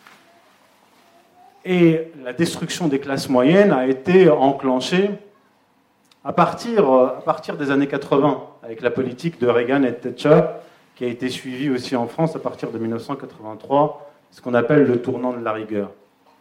Et la destruction des classes moyennes a été enclenchée à partir des années 80, avec la politique de Reagan et de Thatcher, qui a été suivie aussi en France à partir de 1983, ce qu'on appelle le tournant de la rigueur.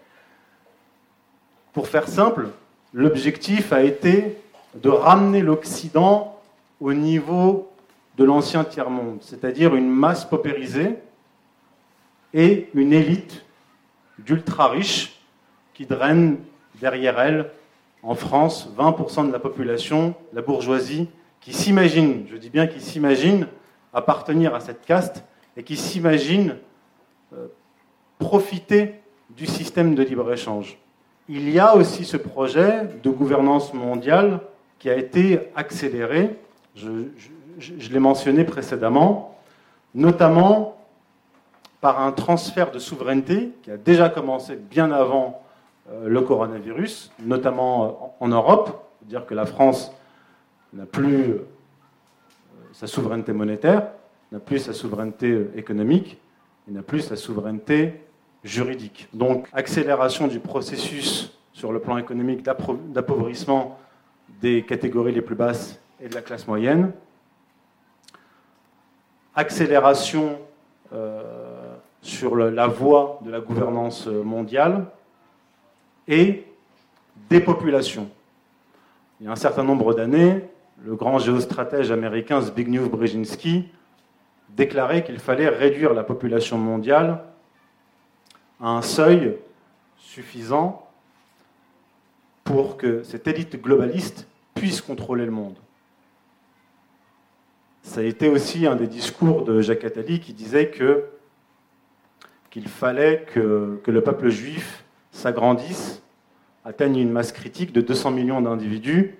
Pour faire simple, l'objectif a été de ramener l'Occident au niveau de l'ancien tiers-monde, c'est-à-dire une masse paupérisée et une élite d'ultra-riches qui draine derrière elle, en France, 20% de la population, la bourgeoisie, qui s'imagine, je dis bien qui s'imagine, appartenir à cette caste et qui s'imagine profiter du système de libre-échange. Il y a aussi ce projet de gouvernance mondiale qui a été accéléré, je l'ai mentionné précédemment, notamment par un transfert de souveraineté qui a déjà commencé bien avant le coronavirus, notamment en Europe. C'est-à-dire que la France n'a plus sa souveraineté monétaire, n'a plus sa souveraineté économique, et n'a plus sa souveraineté juridique. Donc, accélération du processus sur le plan économique d'appauvrissement des catégories les plus basses et de la classe moyenne. Accélération sur la voie de la gouvernance mondiale et dépopulation. Il y a un certain nombre d'années, le grand géostratège américain Zbigniew Brzezinski déclarait qu'il fallait réduire la population mondiale à un seuil suffisant pour que cette élite globaliste puisse contrôler le monde. Ça a été aussi un des discours de Jacques Attali qui disait qu'il fallait que le peuple juif s'agrandisse, atteigne une masse critique de 200 millions d'individus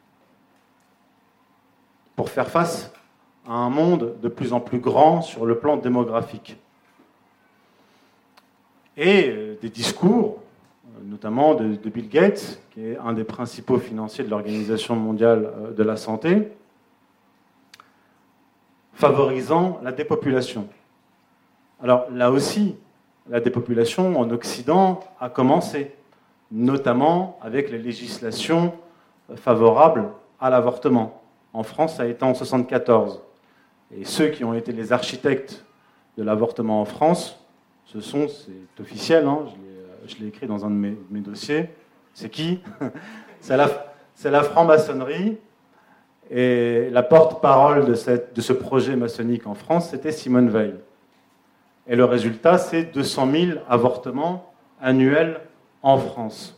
pour faire face à un monde de plus en plus grand sur le plan démographique. Et des discours, notamment de Bill Gates, qui est un des principaux financiers de l'Organisation mondiale de la santé, favorisant la dépopulation. Alors là aussi, la dépopulation en Occident a commencé, notamment avec les législations favorables à l'avortement. En France, ça a été en 1974. Et ceux qui ont été les architectes de l'avortement en France, c'est officiel, hein, je l'ai écrit dans un de mes dossiers, c'est qui? C'est la franc-maçonnerie. Et la porte-parole de ce projet maçonnique en France, c'était Simone Veil. Et le résultat, c'est 200 000 avortements annuels en France.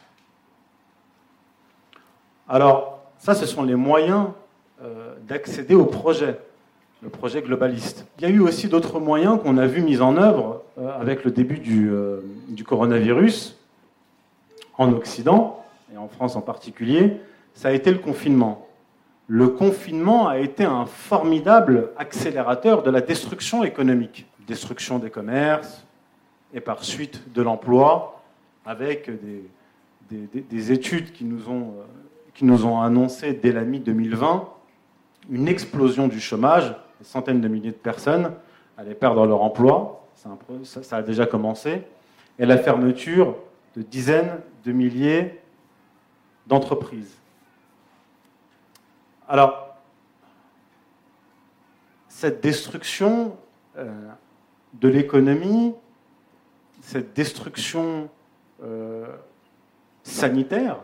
Alors, ça, ce sont les moyens d'accéder au projet, le projet globaliste. Il y a eu aussi d'autres moyens qu'on a vu mis en œuvre avec le début du coronavirus en Occident, et en France en particulier, ça a été le confinement. Le confinement a été un formidable accélérateur de la destruction économique. Destruction des commerces et par suite de l'emploi, avec des études qui nous ont annoncé dès la mi-2020 une explosion du chômage, des centaines de milliers de personnes allaient perdre leur emploi, ça a déjà commencé, et la fermeture de dizaines de milliers d'entreprises. Alors, cette destruction de l'économie, cette destruction sanitaire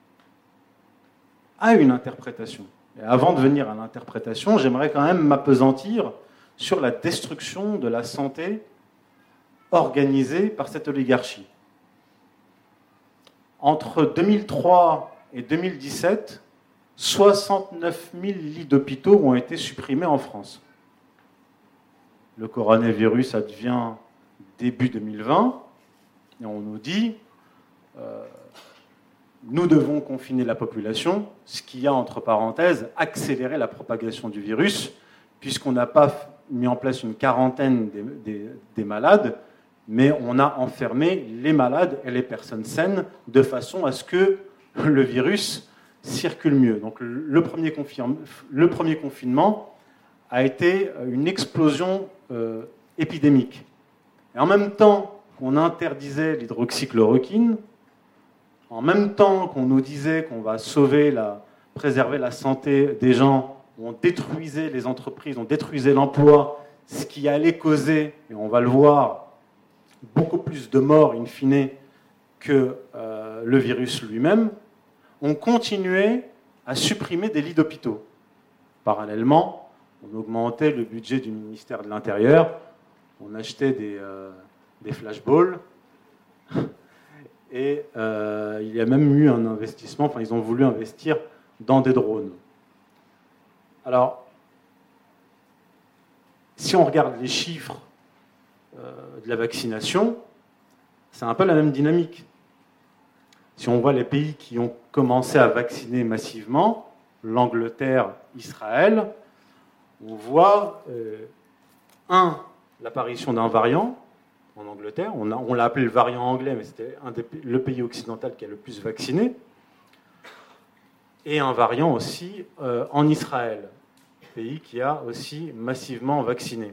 a une interprétation. Et avant de venir à l'interprétation, j'aimerais quand même m'appesantir sur la destruction de la santé organisée par cette oligarchie. Entre 2003 et 2017, 69 000 lits d'hôpitaux ont été supprimés en France. Le coronavirus advient début 2020, et on nous dit nous devons confiner la population, ce qui a, entre parenthèses, accéléré la propagation du virus, puisqu'on n'a pas mis en place une quarantaine des malades, mais on a enfermé les malades et les personnes saines de façon à ce que le virus circule mieux. Donc le premier confinement a été une explosion épidémique. Et en même temps qu'on interdisait l'hydroxychloroquine, en même temps qu'on nous disait qu'on va préserver la santé des gens, on détruisait les entreprises, on détruisait l'emploi, ce qui allait causer, et on va le voir, beaucoup plus de morts in fine que le virus lui-même, on continuait à supprimer des lits d'hôpitaux. Parallèlement, on augmentait le budget du ministère de l'Intérieur, on achetait des flashballs, et il y a même eu un investissement, enfin ils ont voulu investir dans des drones. Alors, si on regarde les chiffres de la vaccination, c'est un peu la même dynamique. Si on voit les pays qui ont commencé à vacciner massivement, l'Angleterre, Israël, on voit, l'apparition d'un variant en Angleterre. On l'a appelé le variant anglais, mais c'était le pays occidental qui a le plus vacciné. Et un variant aussi en Israël, pays qui a aussi massivement vacciné.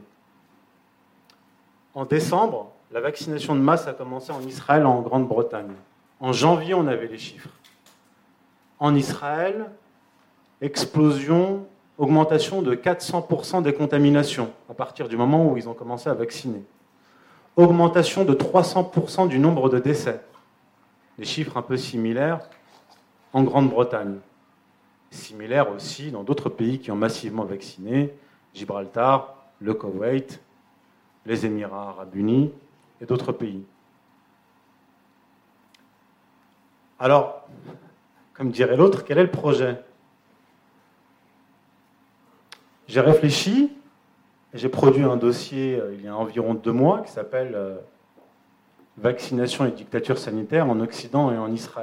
En décembre, la vaccination de masse a commencé en Israël et en Grande-Bretagne. En janvier, on avait les chiffres. En Israël, augmentation de 400% des contaminations à partir du moment où ils ont commencé à vacciner. Augmentation de 300% du nombre de décès. Des chiffres un peu similaires en Grande-Bretagne. Similaires aussi dans d'autres pays qui ont massivement vacciné, Gibraltar, le Koweït, les Émirats arabes unis et d'autres pays. Alors, comme dirait l'autre, quel est le projet ? J'ai réfléchi, et j'ai produit un dossier il y a environ 2 mois qui s'appelle « Vaccination et dictature sanitaire en Occident et en Israël ».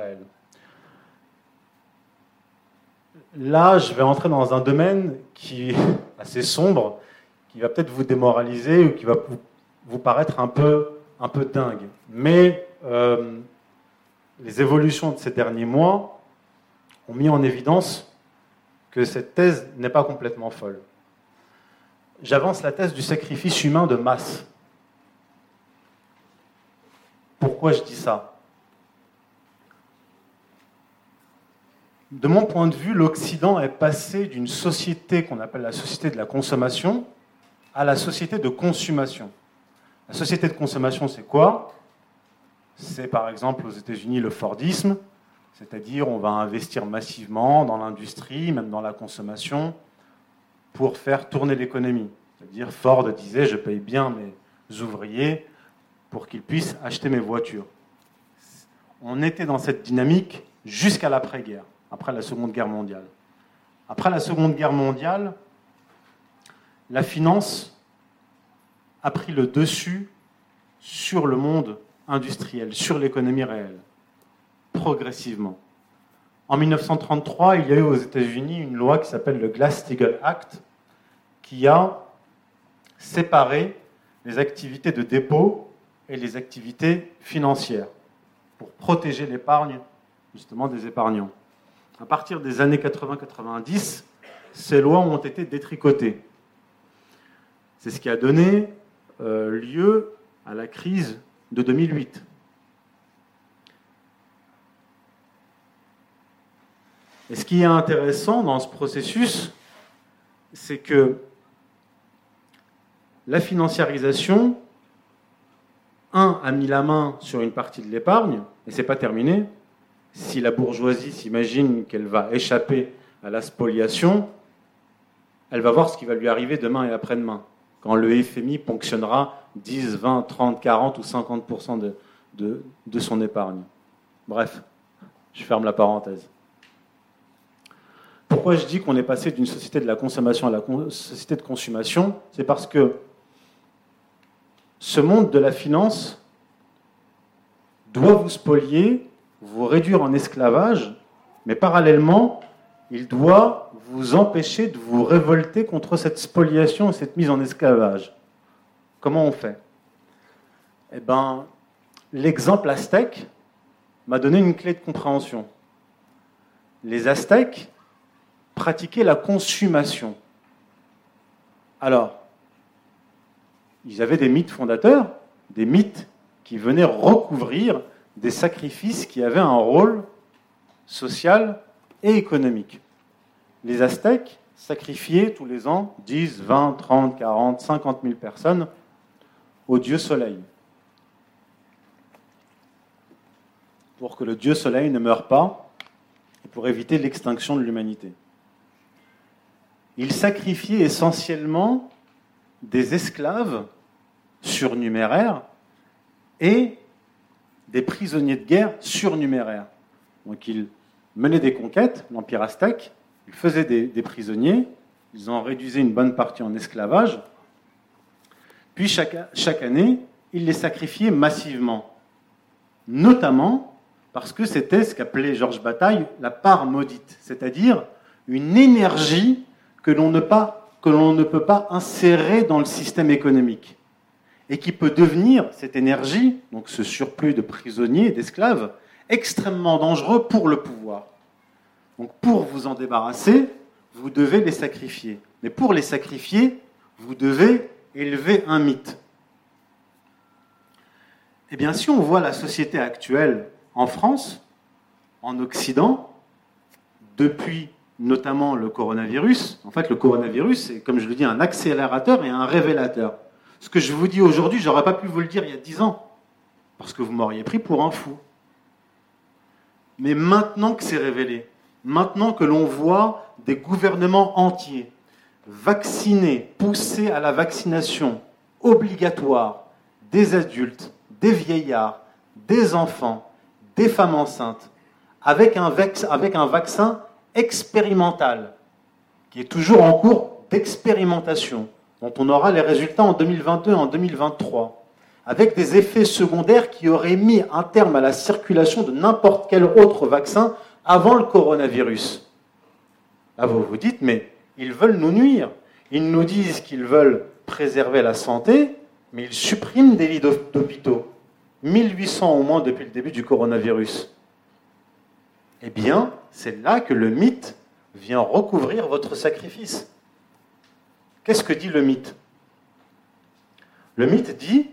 Là, je vais entrer dans un domaine qui est assez sombre, qui va peut-être vous démoraliser ou qui va vous paraître un peu dingue. Mais les évolutions de ces derniers mois ont mis en évidence que cette thèse n'est pas complètement folle. J'avance la thèse du sacrifice humain de masse. Pourquoi je dis ça ? De mon point de vue, l'Occident est passé d'une société qu'on appelle la société de la consommation à la société de consommation. La société de consommation, c'est quoi ? C'est par exemple aux États-Unis le Fordisme, c'est-à-dire on va investir massivement dans l'industrie, même dans la consommation, pour faire tourner l'économie. C'est-à-dire Ford disait « je paye bien mes ouvriers pour qu'ils puissent acheter mes voitures ». On était dans cette dynamique jusqu'à l'après-guerre, après la Seconde Guerre mondiale. Après la Seconde Guerre mondiale, la finance a pris le dessus sur le monde industriel, sur l'économie réelle, progressivement. En 1933, il y a eu aux États-Unis une loi qui s'appelle le Glass-Steagall Act, qui a séparé les activités de dépôt et les activités financières pour protéger l'épargne, justement, des épargnants. À partir des années 80-90, ces lois ont été détricotées. C'est ce qui a donné lieu à la crise de 2008. Et ce qui est intéressant dans ce processus, c'est que la financiarisation, a mis la main sur une partie de l'épargne, et ce n'est pas terminé. Si la bourgeoisie s'imagine qu'elle va échapper à la spoliation, elle va voir ce qui va lui arriver demain et après-demain, quand le FMI ponctionnera 10, 20, 30, 40 ou 50% de son épargne. Bref, Je ferme la parenthèse. Pourquoi je dis qu'on est passé d'une société de la consommation à la société de consommation? C'est parce que ce monde de la finance doit vous spolier, vous réduire en esclavage, mais parallèlement, il doit vous empêcher de vous révolter contre cette spoliation et cette mise en esclavage. Comment on fait? Eh bien, l'exemple aztèque m'a donné une clé de compréhension. Les Aztèques pratiquaient la consommation. Alors, ils avaient des mythes fondateurs, des mythes qui venaient recouvrir des sacrifices qui avaient un rôle social et économique. Les Aztèques sacrifiaient tous les ans 10, 20, 30, 40, 50 000 personnes au dieu Soleil. Pour que le dieu Soleil ne meure pas et pour éviter l'extinction de l'humanité. Ils sacrifiaient essentiellement des esclaves surnuméraires et des prisonniers de guerre surnuméraires. Donc ils menaient des conquêtes, l'Empire aztèque, ils faisaient des prisonniers, ils en réduisaient une bonne partie en esclavage, puis chaque année, ils les sacrifiaient massivement, notamment parce que c'était ce qu'appelait Georges Bataille la part maudite, c'est-à-dire une énergie que l'on ne peut pas insérer dans le système économique et qui peut devenir, cette énergie, donc ce surplus de prisonniers et d'esclaves, extrêmement dangereux pour le pouvoir. Donc pour vous en débarrasser, vous devez les sacrifier. Mais pour les sacrifier, vous devez élever un mythe. Eh bien, si on voit la société actuelle en France, en Occident, depuis notamment le coronavirus, en fait le coronavirus c'est, comme je le dis, un accélérateur et un révélateur. Ce que je vous dis aujourd'hui, je n'aurais pas pu vous le dire il y a 10 ans, parce que vous m'auriez pris pour un fou. Mais maintenant que c'est révélé, maintenant que l'on voit des gouvernements entiers vacciner, pousser à la vaccination obligatoire des adultes, des vieillards, des enfants, des femmes enceintes, avec un vaccin expérimental, qui est toujours en cours d'expérimentation, dont on aura les résultats en 2022 et en 2023, avec des effets secondaires qui auraient mis un terme à la circulation de n'importe quel autre vaccin avant le coronavirus. Là, vous vous dites, mais ils veulent nous nuire. Ils nous disent qu'ils veulent préserver la santé, mais ils suppriment des lits d'hôpitaux. 1800 au moins depuis le début du coronavirus. Eh bien, c'est là que le mythe vient recouvrir votre sacrifice. Qu'est-ce que dit le mythe? Le mythe dit,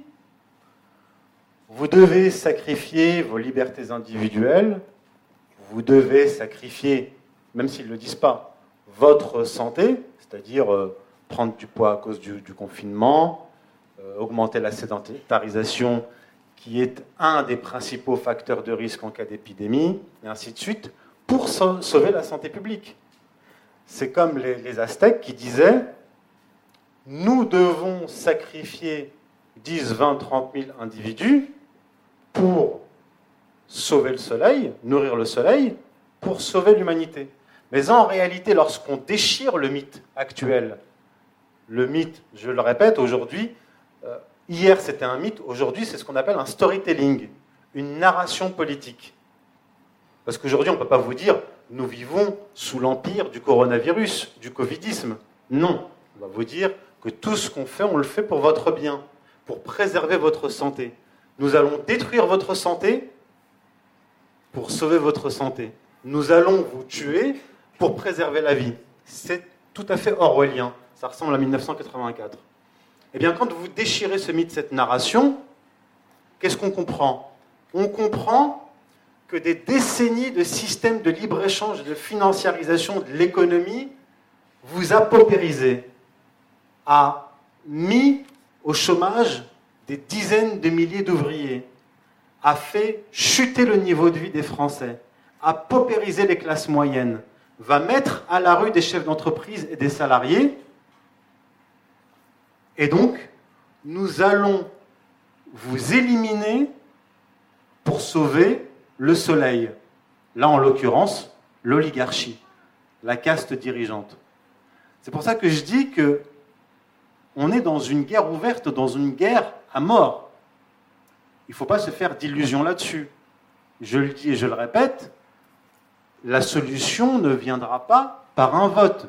vous devez sacrifier vos libertés individuelles, vous devez sacrifier, même s'ils ne le disent pas, votre santé, c'est-à-dire prendre du poids à cause du confinement, augmenter la sédentarisation, qui est un des principaux facteurs de risque en cas d'épidémie, et ainsi de suite, pour sauver la santé publique. C'est comme les Aztèques qui disaient, nous devons sacrifier 10, 20, 30 000 individus pour sauver le soleil, nourrir le soleil, pour sauver l'humanité. Mais en réalité, lorsqu'on déchire le mythe actuel, le mythe, je le répète, aujourd'hui, hier c'était un mythe, aujourd'hui c'est ce qu'on appelle un storytelling, une narration politique. Parce qu'aujourd'hui on ne peut pas vous dire, nous vivons sous l'empire du coronavirus, du covidisme. Non, on va vous dire que tout ce qu'on fait, on le fait pour votre bien, pour préserver votre santé. Nous allons détruire votre santé pour sauver votre santé. Nous allons vous tuer pour préserver la vie. C'est tout à fait orwellien. Ça ressemble à 1984. Eh bien, quand vous déchirez ce mythe, cette narration, qu'est-ce qu'on comprend? On comprend que des décennies de systèmes de libre-échange, de financiarisation de l'économie vous a paupérisé, a mis au chômage des dizaines de milliers d'ouvriers, a fait chuter le niveau de vie des Français, a paupérisé les classes moyennes, va mettre à la rue des chefs d'entreprise et des salariés. Et donc, nous allons vous éliminer pour sauver le soleil. Là, en l'occurrence, l'oligarchie, la caste dirigeante. C'est pour ça que je dis que on est dans une guerre ouverte, dans une guerre à mort. Il ne faut pas se faire d'illusions là-dessus. Je le dis et je le répète, la solution ne viendra pas par un vote.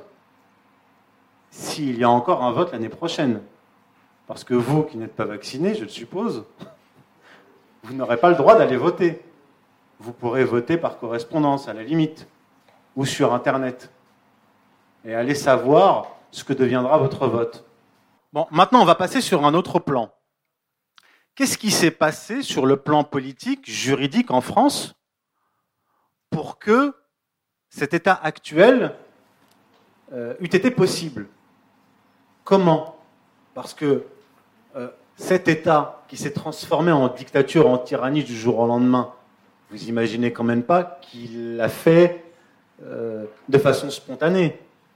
S'il y a encore un vote l'année prochaine. Parce que vous, qui n'êtes pas vaccinés, je le suppose, vous n'aurez pas le droit d'aller voter. Vous pourrez voter par correspondance, à la limite, ou sur Internet. Et aller savoir ce que deviendra votre vote. Bon, maintenant, on va passer sur un autre plan. Qu'est-ce qui s'est passé sur le plan politique, juridique en France pour que cet état actuel eût été possible? Comment? Parce que cet état qui s'est transformé en dictature, en tyrannie du jour au lendemain, vous imaginez quand même pas qu'il l'a fait de façon spontanée.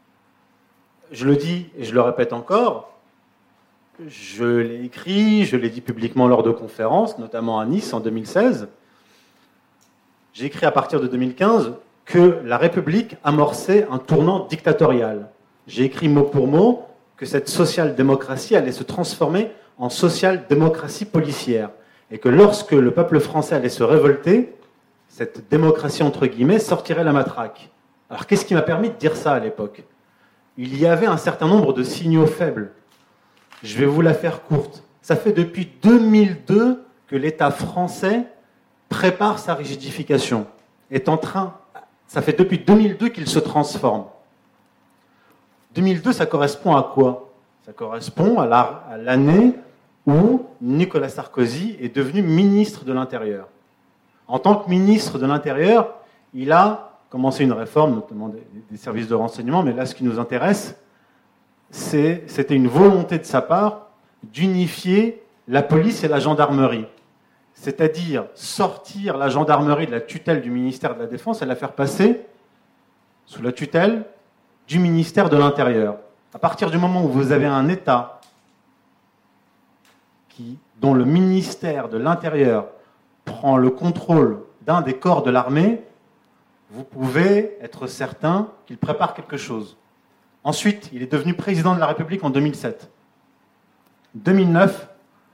Je le dis et je le répète encore, je l'ai écrit, je l'ai dit publiquement lors de conférences, notamment à Nice en 2016. J'ai écrit à partir de 2015 que la République amorçait un tournant dictatorial. J'ai écrit mot pour mot que cette social-démocratie allait se transformer en social-démocratie policière. Et que lorsque le peuple français allait se révolter, cette démocratie entre guillemets sortirait la matraque. Alors qu'est-ce qui m'a permis de dire ça à l'époque? Il y avait un certain nombre de signaux faibles. Je vais vous la faire courte. Ça fait depuis 2002 que l'État français prépare sa rigidification. Ça fait depuis 2002 qu'il se transforme. 2002, ça correspond à quoi? Ça correspond à l'année où Nicolas Sarkozy est devenu ministre de l'Intérieur. En tant que ministre de l'Intérieur, il a commencé une réforme, notamment des services de renseignement, mais là, ce qui nous intéresse, c'était une volonté de sa part d'unifier la police et la gendarmerie. C'est-à-dire sortir la gendarmerie de la tutelle du ministère de la Défense et la faire passer sous la tutelle du ministère de l'Intérieur. À partir du moment où vous avez un État dont le ministère de l'Intérieur prend le contrôle d'un des corps de l'armée, vous pouvez être certain qu'il prépare quelque chose. Ensuite, il est devenu président de la République en 2007. 2009,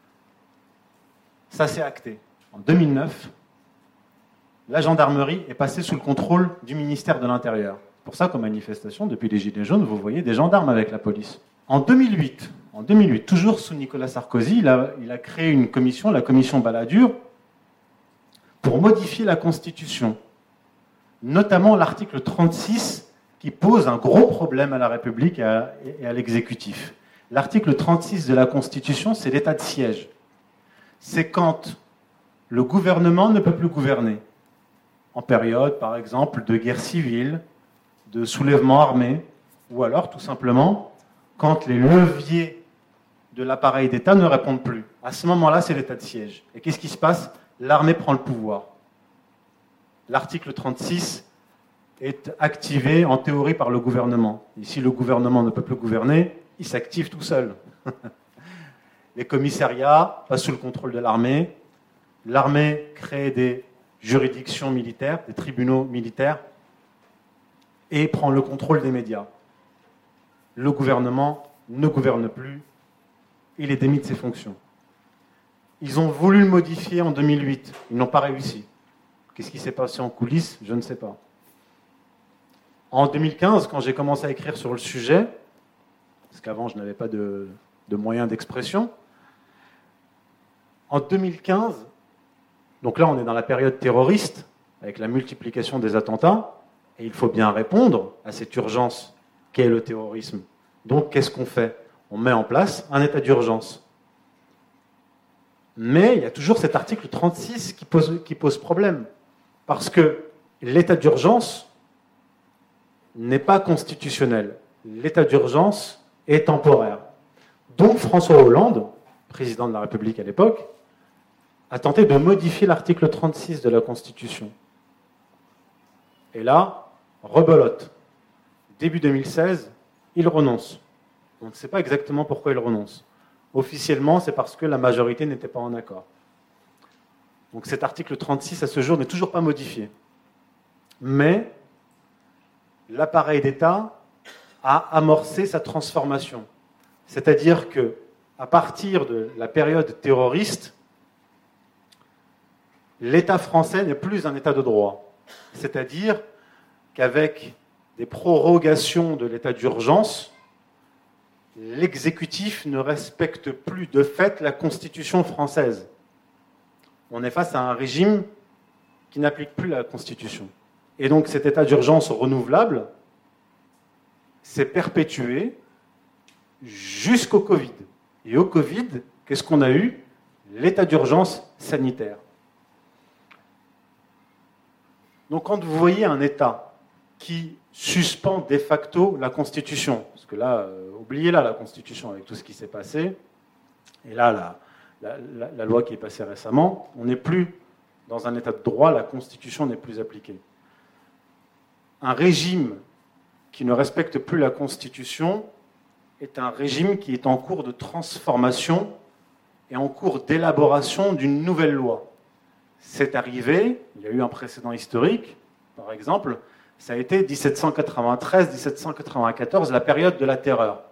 ça s'est acté. En 2009, la gendarmerie est passée sous le contrôle du ministère de l'Intérieur. C'est pour ça qu'aux manifestations, depuis les Gilets jaunes, vous voyez des gendarmes avec la police. En 2008, toujours sous Nicolas Sarkozy, il a créé une commission, la commission Balladur, pour modifier la Constitution. Notamment l'article 36 qui pose un gros problème à la République et à l'exécutif. L'article 36 de la Constitution, c'est l'état de siège. C'est quand le gouvernement ne peut plus gouverner. En période, par exemple, de guerre civile, de soulèvement armé, ou alors, tout simplement, quand les leviers de l'appareil d'État ne répondent plus. À ce moment-là, c'est l'état de siège. Et qu'est-ce qui se passe? L'armée prend le pouvoir. L'article 36 est activé en théorie par le gouvernement. Et si le gouvernement ne peut plus gouverner, il s'active tout seul. Les commissariats passent sous le contrôle de l'armée. L'armée crée des juridictions militaires, des tribunaux militaires, et prend le contrôle des médias. Le gouvernement ne gouverne plus, il est démis de ses fonctions. Ils ont voulu le modifier en 2008, ils n'ont pas réussi. Qu'est-ce qui s'est passé en coulisses? Je ne sais pas. En 2015, quand j'ai commencé à écrire sur le sujet, parce qu'avant je n'avais pas de moyens d'expression, en 2015, donc là on est dans la période terroriste, avec la multiplication des attentats, et il faut bien répondre à cette urgence qu'est le terrorisme. Donc qu'est-ce qu'on fait? On met en place un état d'urgence. Mais il y a toujours cet article 36 qui pose problème. Parce que l'état d'urgence n'est pas constitutionnel. L'état d'urgence est temporaire. Donc François Hollande, président de la République à l'époque, a tenté de modifier l'article 36 de la Constitution. Et là, rebelote. Début 2016, il renonce. On ne sait pas exactement pourquoi il renonce. Officiellement, c'est parce que la majorité n'était pas en accord. Donc cet article 36, à ce jour, n'est toujours pas modifié. mais l'appareil d'État a amorcé sa transformation. C'est-à-dire que, à partir de la période terroriste, l'État français n'est plus un État de droit. C'est-à-dire qu'avec des prorogations de l'état d'urgence, l'exécutif ne respecte plus de fait la Constitution française. On est face à un régime qui n'applique plus la Constitution. Et donc cet état d'urgence renouvelable s'est perpétué jusqu'au Covid. Et au Covid, qu'est-ce qu'on a eu? L'état d'urgence sanitaire. Donc quand vous voyez un État qui suspend de facto la Constitution, parce que là, oubliez-la la Constitution avec tout ce qui s'est passé, et là, la loi qui est passée récemment, on n'est plus dans un État de droit, la Constitution n'est plus appliquée. Un régime qui ne respecte plus la Constitution est un régime qui est en cours de transformation et en cours d'élaboration d'une nouvelle loi. C'est arrivé, il y a eu un précédent historique, par exemple, ça a été 1793-1794, la période de la terreur.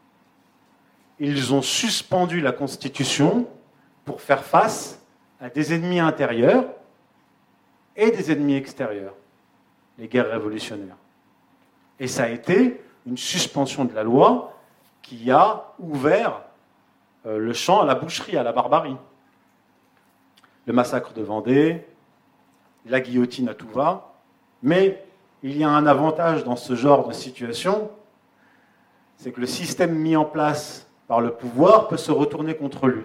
Ils ont suspendu la Constitution pour faire face à des ennemis intérieurs et des ennemis extérieurs, les guerres révolutionnaires. Et ça a été une suspension de la loi qui a ouvert le champ à la boucherie, à la barbarie. Le massacre de Vendée, la guillotine à tout va, mais il y a un avantage dans ce genre de situation, c'est que le système mis en place par le pouvoir peut se retourner contre lui.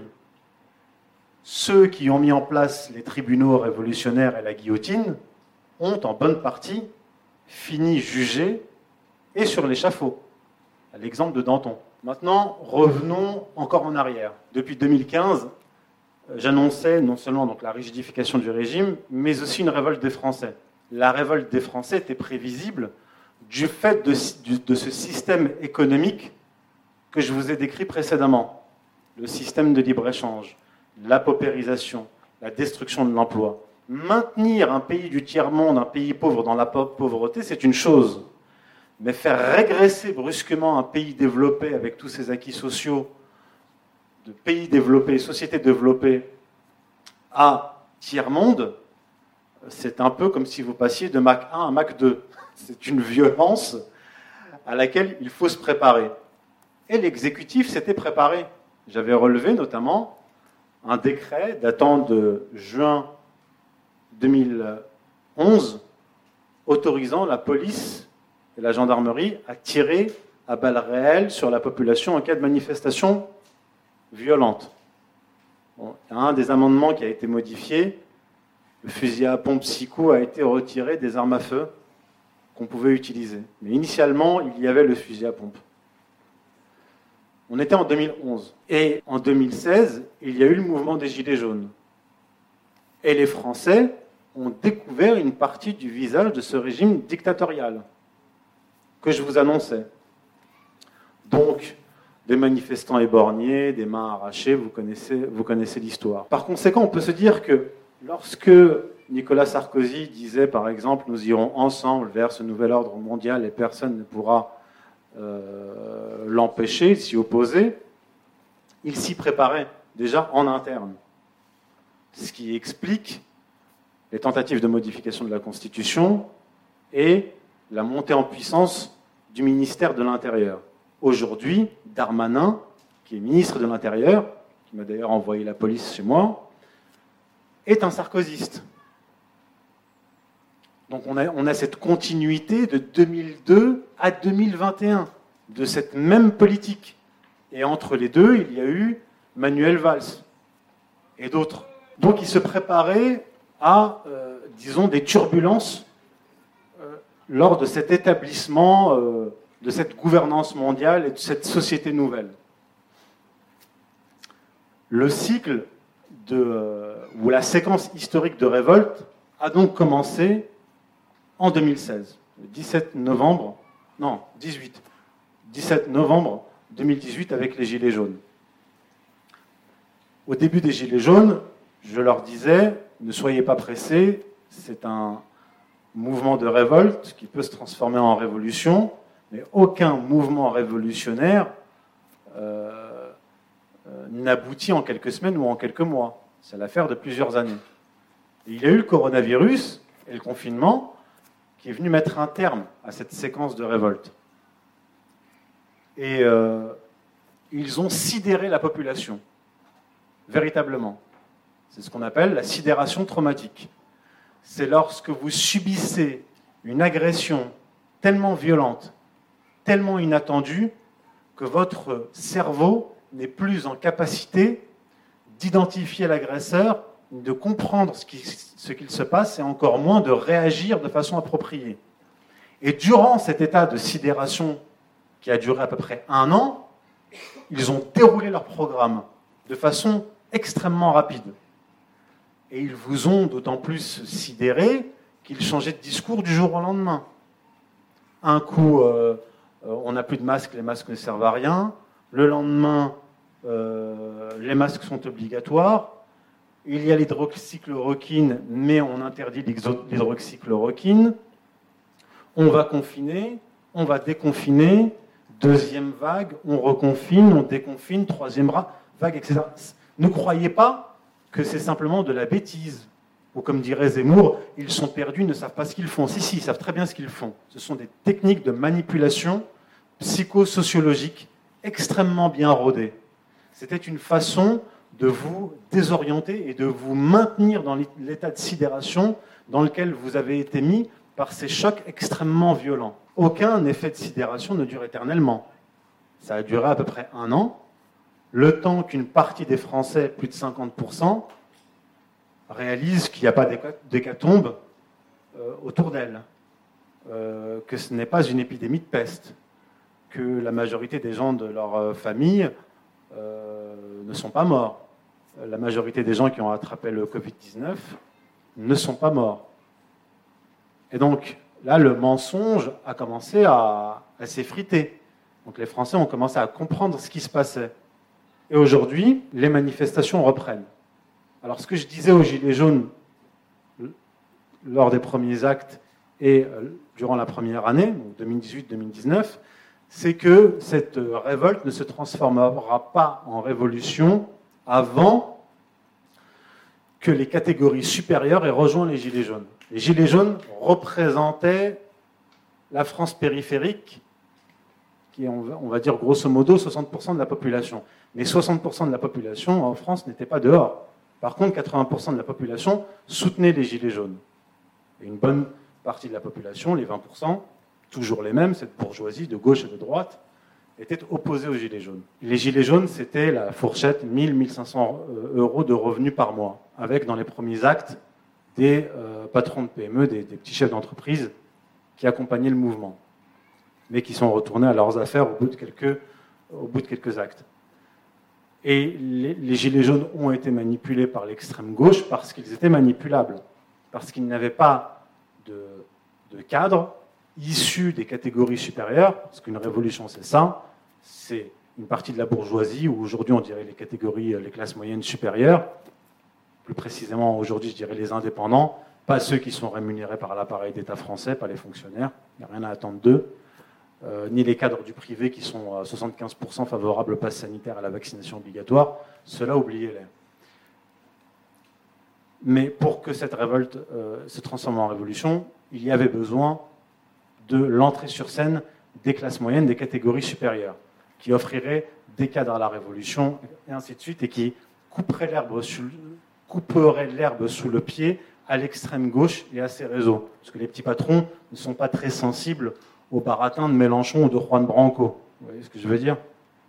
Ceux qui ont mis en place les tribunaux révolutionnaires et la guillotine ont en bonne partie fini jugés et sur l'échafaud, à l'exemple de Danton. Maintenant, revenons encore en arrière. Depuis 2015, j'annonçais non seulement donc la rigidification du régime, mais aussi une révolte des Français. La révolte des Français était prévisible du fait de ce système économique que je vous ai décrit précédemment. Le système de libre-échange, la paupérisation, la destruction de l'emploi. Maintenir un pays du tiers-monde, un pays pauvre dans la pauvreté, c'est une chose. Mais faire régresser brusquement un pays développé avec tous ses acquis sociaux, de pays développés, sociétés développées, à tiers-monde, c'est un peu comme si vous passiez de Mach 1 à Mach 2. C'est une violence à laquelle il faut se préparer. Et l'exécutif s'était préparé. J'avais relevé notamment un décret datant de juin 2011 autorisant la police et la gendarmerie à tirer à balles réelles sur la population en cas de manifestation violente. Bon, un des amendements qui a été modifié, le fusil à pompe SICO a été retiré des armes à feu qu'on pouvait utiliser. Mais initialement, il y avait le fusil à pompe. On était en 2011. Et en 2016, il y a eu le mouvement des Gilets jaunes. Et les Français ont découvert une partie du visage de ce régime dictatorial que je vous annonçais. Donc, des manifestants éborgnés, des mains arrachées, vous connaissez l'histoire. Par conséquent, on peut se dire que lorsque Nicolas Sarkozy disait, par exemple, nous irons ensemble vers ce nouvel ordre mondial et personne ne pourra l'empêcher, s'y opposer, il s'y préparait déjà en interne. Ce qui explique les tentatives de modification de la Constitution et la montée en puissance du ministère de l'Intérieur. Aujourd'hui, Darmanin, qui est ministre de l'Intérieur, qui m'a d'ailleurs envoyé la police chez moi, est un sarkozyste. Donc on a cette continuité de 2002 à 2021, de cette même politique. Et entre les deux, il y a eu Manuel Valls et d'autres. Donc il se préparait à, disons, des turbulences lors de cet établissement, de cette gouvernance mondiale et de cette société nouvelle. Le cycle ou la séquence historique de révolte a donc commencé en 2016, le 17 novembre 2018 avec les Gilets jaunes. Au début des Gilets jaunes, je leur disais, ne soyez pas pressés, c'est un mouvement de révolte qui peut se transformer en révolution, mais aucun mouvement révolutionnaire n'aboutit en quelques semaines ou en quelques mois. C'est l'affaire de plusieurs années. Et il y a eu le coronavirus et le confinement qui est venu mettre un terme à cette séquence de révolte. Et ils ont sidéré la population, véritablement. C'est ce qu'on appelle la sidération traumatique. C'est lorsque vous subissez une agression tellement violente, tellement inattendue, que votre cerveau n'est plus en capacité d'identifier l'agresseur, de comprendre ce qu'il se passe et encore moins de réagir de façon appropriée. Et durant cet état de sidération qui a duré à peu près 1 an, ils ont déroulé leur programme de façon extrêmement rapide. Et ils vous ont d'autant plus sidéré qu'ils changeaient de discours du jour au lendemain. Un coup, on n'a plus de masques, les masques ne servent à rien. Le lendemain, les masques sont obligatoires. Il y a l'hydroxychloroquine, mais on interdit l'hydroxychloroquine. On va confiner, on va déconfiner. Deuxième vague, on reconfine, on déconfine. Troisième vague, etc. Ne croyez pas que c'est simplement de la bêtise. Ou comme dirait Zemmour, ils sont perdus, ils ne savent pas ce qu'ils font. Si, ils savent très bien ce qu'ils font. Ce sont des techniques de manipulation psychosociologique extrêmement bien rodées. C'était une façon de vous désorienter et de vous maintenir dans l'état de sidération dans lequel vous avez été mis par ces chocs extrêmement violents. Aucun effet de sidération ne dure éternellement. Ça a duré à peu près 1 an, le temps qu'une partie des Français, plus de 50%, réalisent qu'il n'y a pas d'hécatombe autour d'elle, que ce n'est pas une épidémie de peste, que la majorité des gens de leur famille ne sont pas morts. La majorité des gens qui ont attrapé le Covid-19 ne sont pas morts. Et donc, là, le mensonge a commencé à s'effriter. Donc les Français ont commencé à comprendre ce qui se passait. Et aujourd'hui, les manifestations reprennent. Alors ce que je disais aux Gilets jaunes lors des premiers actes et durant la première année, donc 2018-2019, c'est que cette révolte ne se transformera pas en révolution avant que les catégories supérieures aient rejoint les Gilets jaunes. Les Gilets jaunes représentaient la France périphérique, qui est, on va dire grosso modo, 60% de la population. Mais 60% de la population en France n'était pas dehors. Par contre, 80% de la population soutenait les Gilets jaunes. Et une bonne partie de la population, les 20%, toujours les mêmes, cette bourgeoisie de gauche et de droite, était opposée aux Gilets jaunes. Les Gilets jaunes, c'était la fourchette 1000-1 500 euros de revenus par mois, avec dans les premiers actes des patrons de PME, des petits chefs d'entreprise qui accompagnaient le mouvement, mais qui sont retournés à leurs affaires au bout de quelques actes. Et les Gilets jaunes ont été manipulés par l'extrême gauche parce qu'ils étaient manipulables, parce qu'ils n'avaient pas de cadre issus des catégories supérieures, parce qu'une révolution c'est ça, c'est une partie de la bourgeoisie, ou aujourd'hui on dirait les classes moyennes supérieures, plus précisément aujourd'hui je dirais les indépendants, pas ceux qui sont rémunérés par l'appareil d'État français, pas les fonctionnaires, il n'y a rien à attendre d'eux, ni les cadres du privé qui sont à 75% favorables au pass sanitaire et à la vaccination obligatoire, ceux-là oubliez-les. Mais pour que cette révolte se transforme en révolution, il y avait besoin de l'entrée sur scène des classes moyennes, des catégories supérieures, qui offriraient des cadres à la révolution, et ainsi de suite, et qui couperaient l'herbe sous le pied à l'extrême gauche et à ses réseaux. Parce que les petits patrons ne sont pas très sensibles au baratin de Mélenchon ou de Juan Branco. Vous voyez ce que je veux dire ?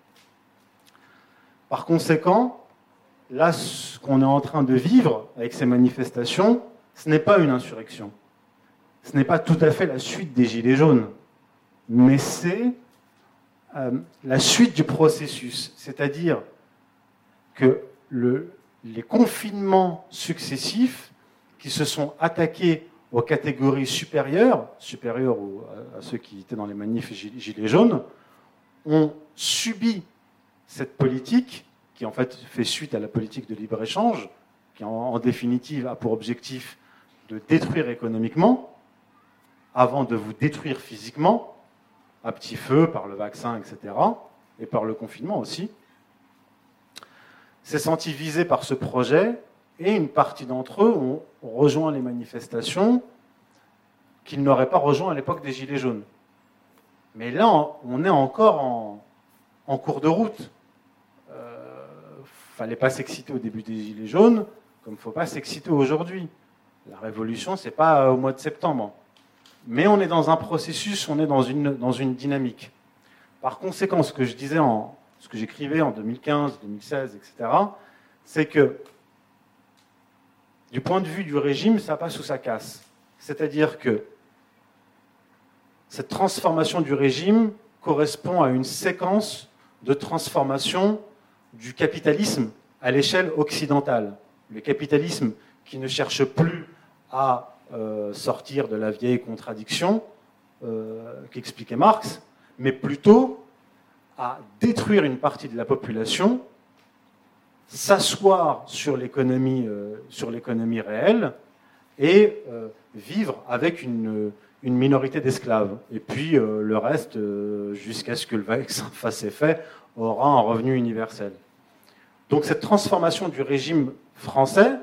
Par conséquent, là, ce qu'on est en train de vivre avec ces manifestations, ce n'est pas une insurrection. Ce n'est pas tout à fait la suite des Gilets jaunes, mais c'est la suite du processus. C'est-à-dire que les confinements successifs qui se sont attaqués aux catégories supérieures à ceux qui étaient dans les manifs Gilets jaunes, ont subi cette politique qui en fait fait suite à la politique de libre-échange, qui en définitive a pour objectif de détruire économiquement, avant de vous détruire physiquement, à petit feu, par le vaccin, etc., et par le confinement aussi, s'est senti visé par ce projet, et une partie d'entre eux ont rejoint les manifestations qu'ils n'auraient pas rejoint à l'époque des Gilets jaunes. Mais là, on est encore en cours de route. Fallait pas s'exciter au début des Gilets jaunes, comme il ne faut pas s'exciter aujourd'hui. La révolution, ce n'est pas au mois de septembre. Mais on est dans un processus, on est dans une dynamique. Par conséquent, ce que je disais, ce que j'écrivais en 2015, 2016, etc., c'est que du point de vue du régime, ça passe ou ça casse. C'est-à-dire que cette transformation du régime correspond à une séquence de transformation du capitalisme à l'échelle occidentale. Le capitalisme qui ne cherche plus à sortir de la vieille contradiction qu'expliquait Marx, mais plutôt à détruire une partie de la population, s'asseoir sur l'économie réelle et vivre avec une minorité d'esclaves. Et puis le reste, jusqu'à ce que le vaccin fasse effet, aura un revenu universel. Donc cette transformation du régime français,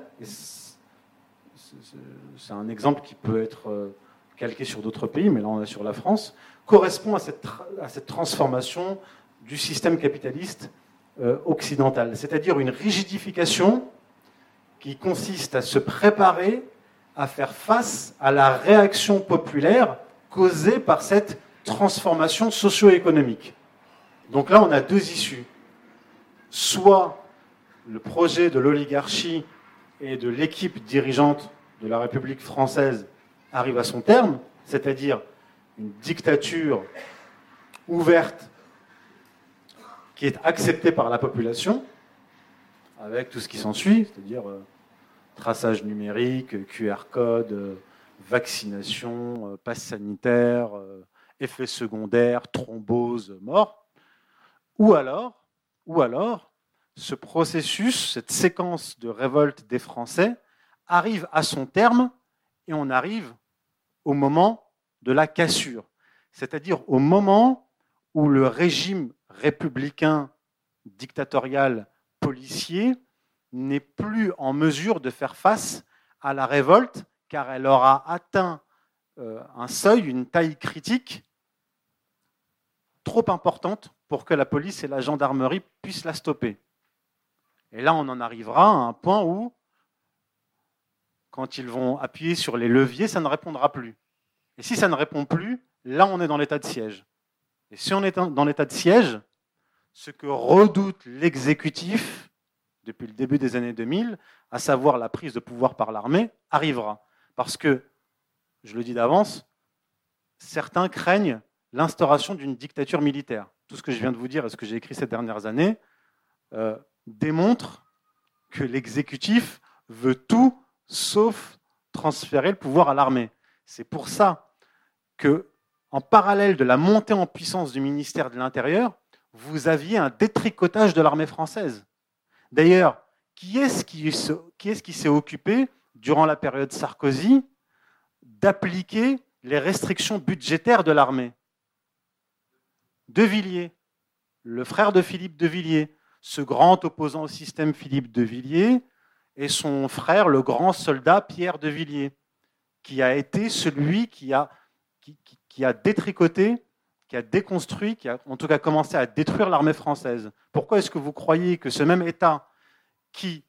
c'est un exemple qui peut être calqué sur d'autres pays, mais là on est sur la France, correspond à cette transformation du système capitaliste occidental, c'est-à-dire une rigidification qui consiste à se préparer à faire face à la réaction populaire causée par cette transformation socio-économique. Donc là, on a deux issues. Soit le projet de l'oligarchie et de l'équipe dirigeante de la République française arrive à son terme, c'est-à-dire une dictature ouverte qui est acceptée par la population, avec tout ce qui s'ensuit, c'est-à-dire traçage numérique, QR code, vaccination, passe sanitaire, effets secondaires, thrombose, mort. Ou alors, ce processus, cette séquence de révolte des Français arrive à son terme et on arrive au moment de la cassure, c'est-à-dire au moment où le régime républicain, dictatorial, policier n'est plus en mesure de faire face à la révolte car elle aura atteint un seuil, une taille critique trop importante pour que la police et la gendarmerie puissent la stopper. Et là, on en arrivera à un point où, quand ils vont appuyer sur les leviers, ça ne répondra plus. Et si ça ne répond plus, là, on est dans l'état de siège. Et si on est dans l'état de siège, ce que redoute l'exécutif depuis le début des années 2000, à savoir la prise de pouvoir par l'armée, arrivera. Parce que, je le dis d'avance, certains craignent l'instauration d'une dictature militaire. Tout ce que je viens de vous dire et ce que j'ai écrit ces dernières années démontre que l'exécutif veut tout sauf transférer le pouvoir à l'armée. C'est pour ça que, en parallèle de la montée en puissance du ministère de l'Intérieur, vous aviez un détricotage de l'armée française. D'ailleurs, qui est-ce qui s'est occupé, durant la période Sarkozy, d'appliquer les restrictions budgétaires de l'armée? De Villiers, le frère de Philippe de Villiers, ce grand opposant au système Philippe de Villiers, et son frère, le grand soldat Pierre de Villiers, qui a été celui qui a détricoté, qui a déconstruit, qui a en tout cas commencé à détruire l'armée française. Pourquoi est-ce que vous croyez que ce même État qui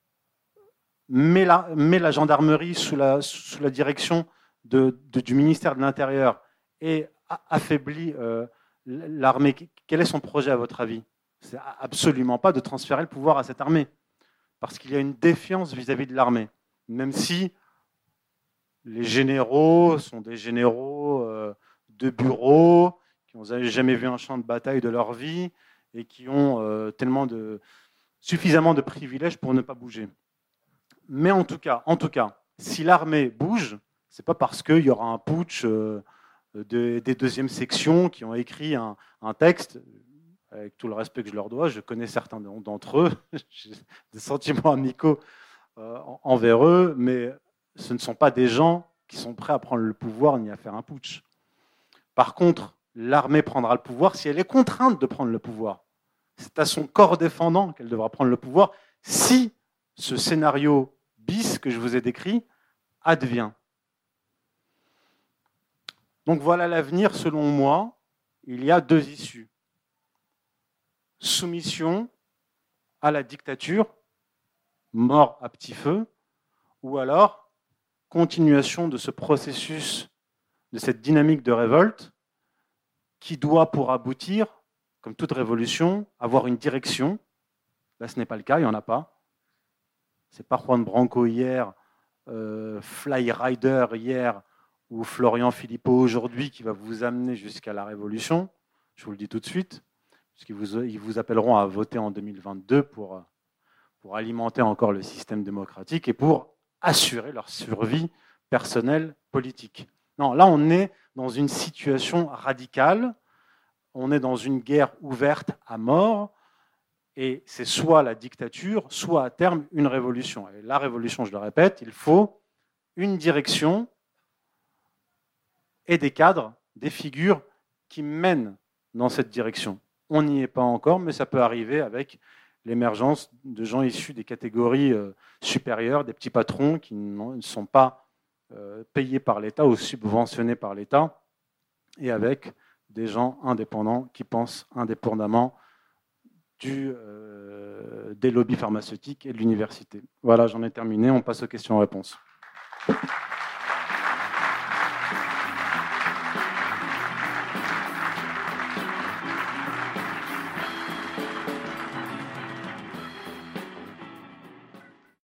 met la gendarmerie sous la direction du ministère de l'Intérieur et affaiblit l'armée, quel est son projet à votre avis? C'est absolument pas de transférer le pouvoir à cette armée, parce qu'il y a une défiance vis-à-vis de l'armée, même si les généraux sont des généraux de bureau, qui n'ont jamais vu un champ de bataille de leur vie et qui ont suffisamment de privilèges pour ne pas bouger. Mais en tout cas, si l'armée bouge, ce n'est pas parce qu'il y aura un putsch des deuxièmes sections qui ont écrit un texte, avec tout le respect que je leur dois, je connais certains d'entre eux, j'ai des sentiments amicaux envers eux, mais ce ne sont pas des gens qui sont prêts à prendre le pouvoir ni à faire un putsch. Par contre, l'armée prendra le pouvoir si elle est contrainte de prendre le pouvoir. C'est à son corps défendant qu'elle devra prendre le pouvoir si ce scénario bis que je vous ai décrit advient. Donc voilà l'avenir, selon moi. Il y a deux issues. Soumission à la dictature, mort à petit feu, ou alors continuation de ce processus, de cette dynamique de révolte qui doit, pour aboutir, comme toute révolution, avoir une direction. Là, ce n'est pas le cas, il n'y en a pas. Ce n'est pas Juan Branco hier, Fly Rider hier, ou Florian Philippot aujourd'hui qui va vous amener jusqu'à la révolution. Je vous le dis tout de suite, puisqu'ils vous appelleront à voter en 2022 pour alimenter encore le système démocratique et pour assurer leur survie personnelle politique. Non, là, on est dans une situation radicale, on est dans une guerre ouverte à mort, et c'est soit la dictature, soit à terme une révolution. Et la révolution, je le répète, il faut une direction et des cadres, des figures qui mènent dans cette direction. On n'y est pas encore, mais ça peut arriver avec l'émergence de gens issus des catégories supérieures, des petits patrons qui ne sont pas payés par l'État ou subventionnés par l'État, et avec des gens indépendants qui pensent indépendamment des lobbies pharmaceutiques et de l'université. Voilà, j'en ai terminé, on passe aux questions-réponses.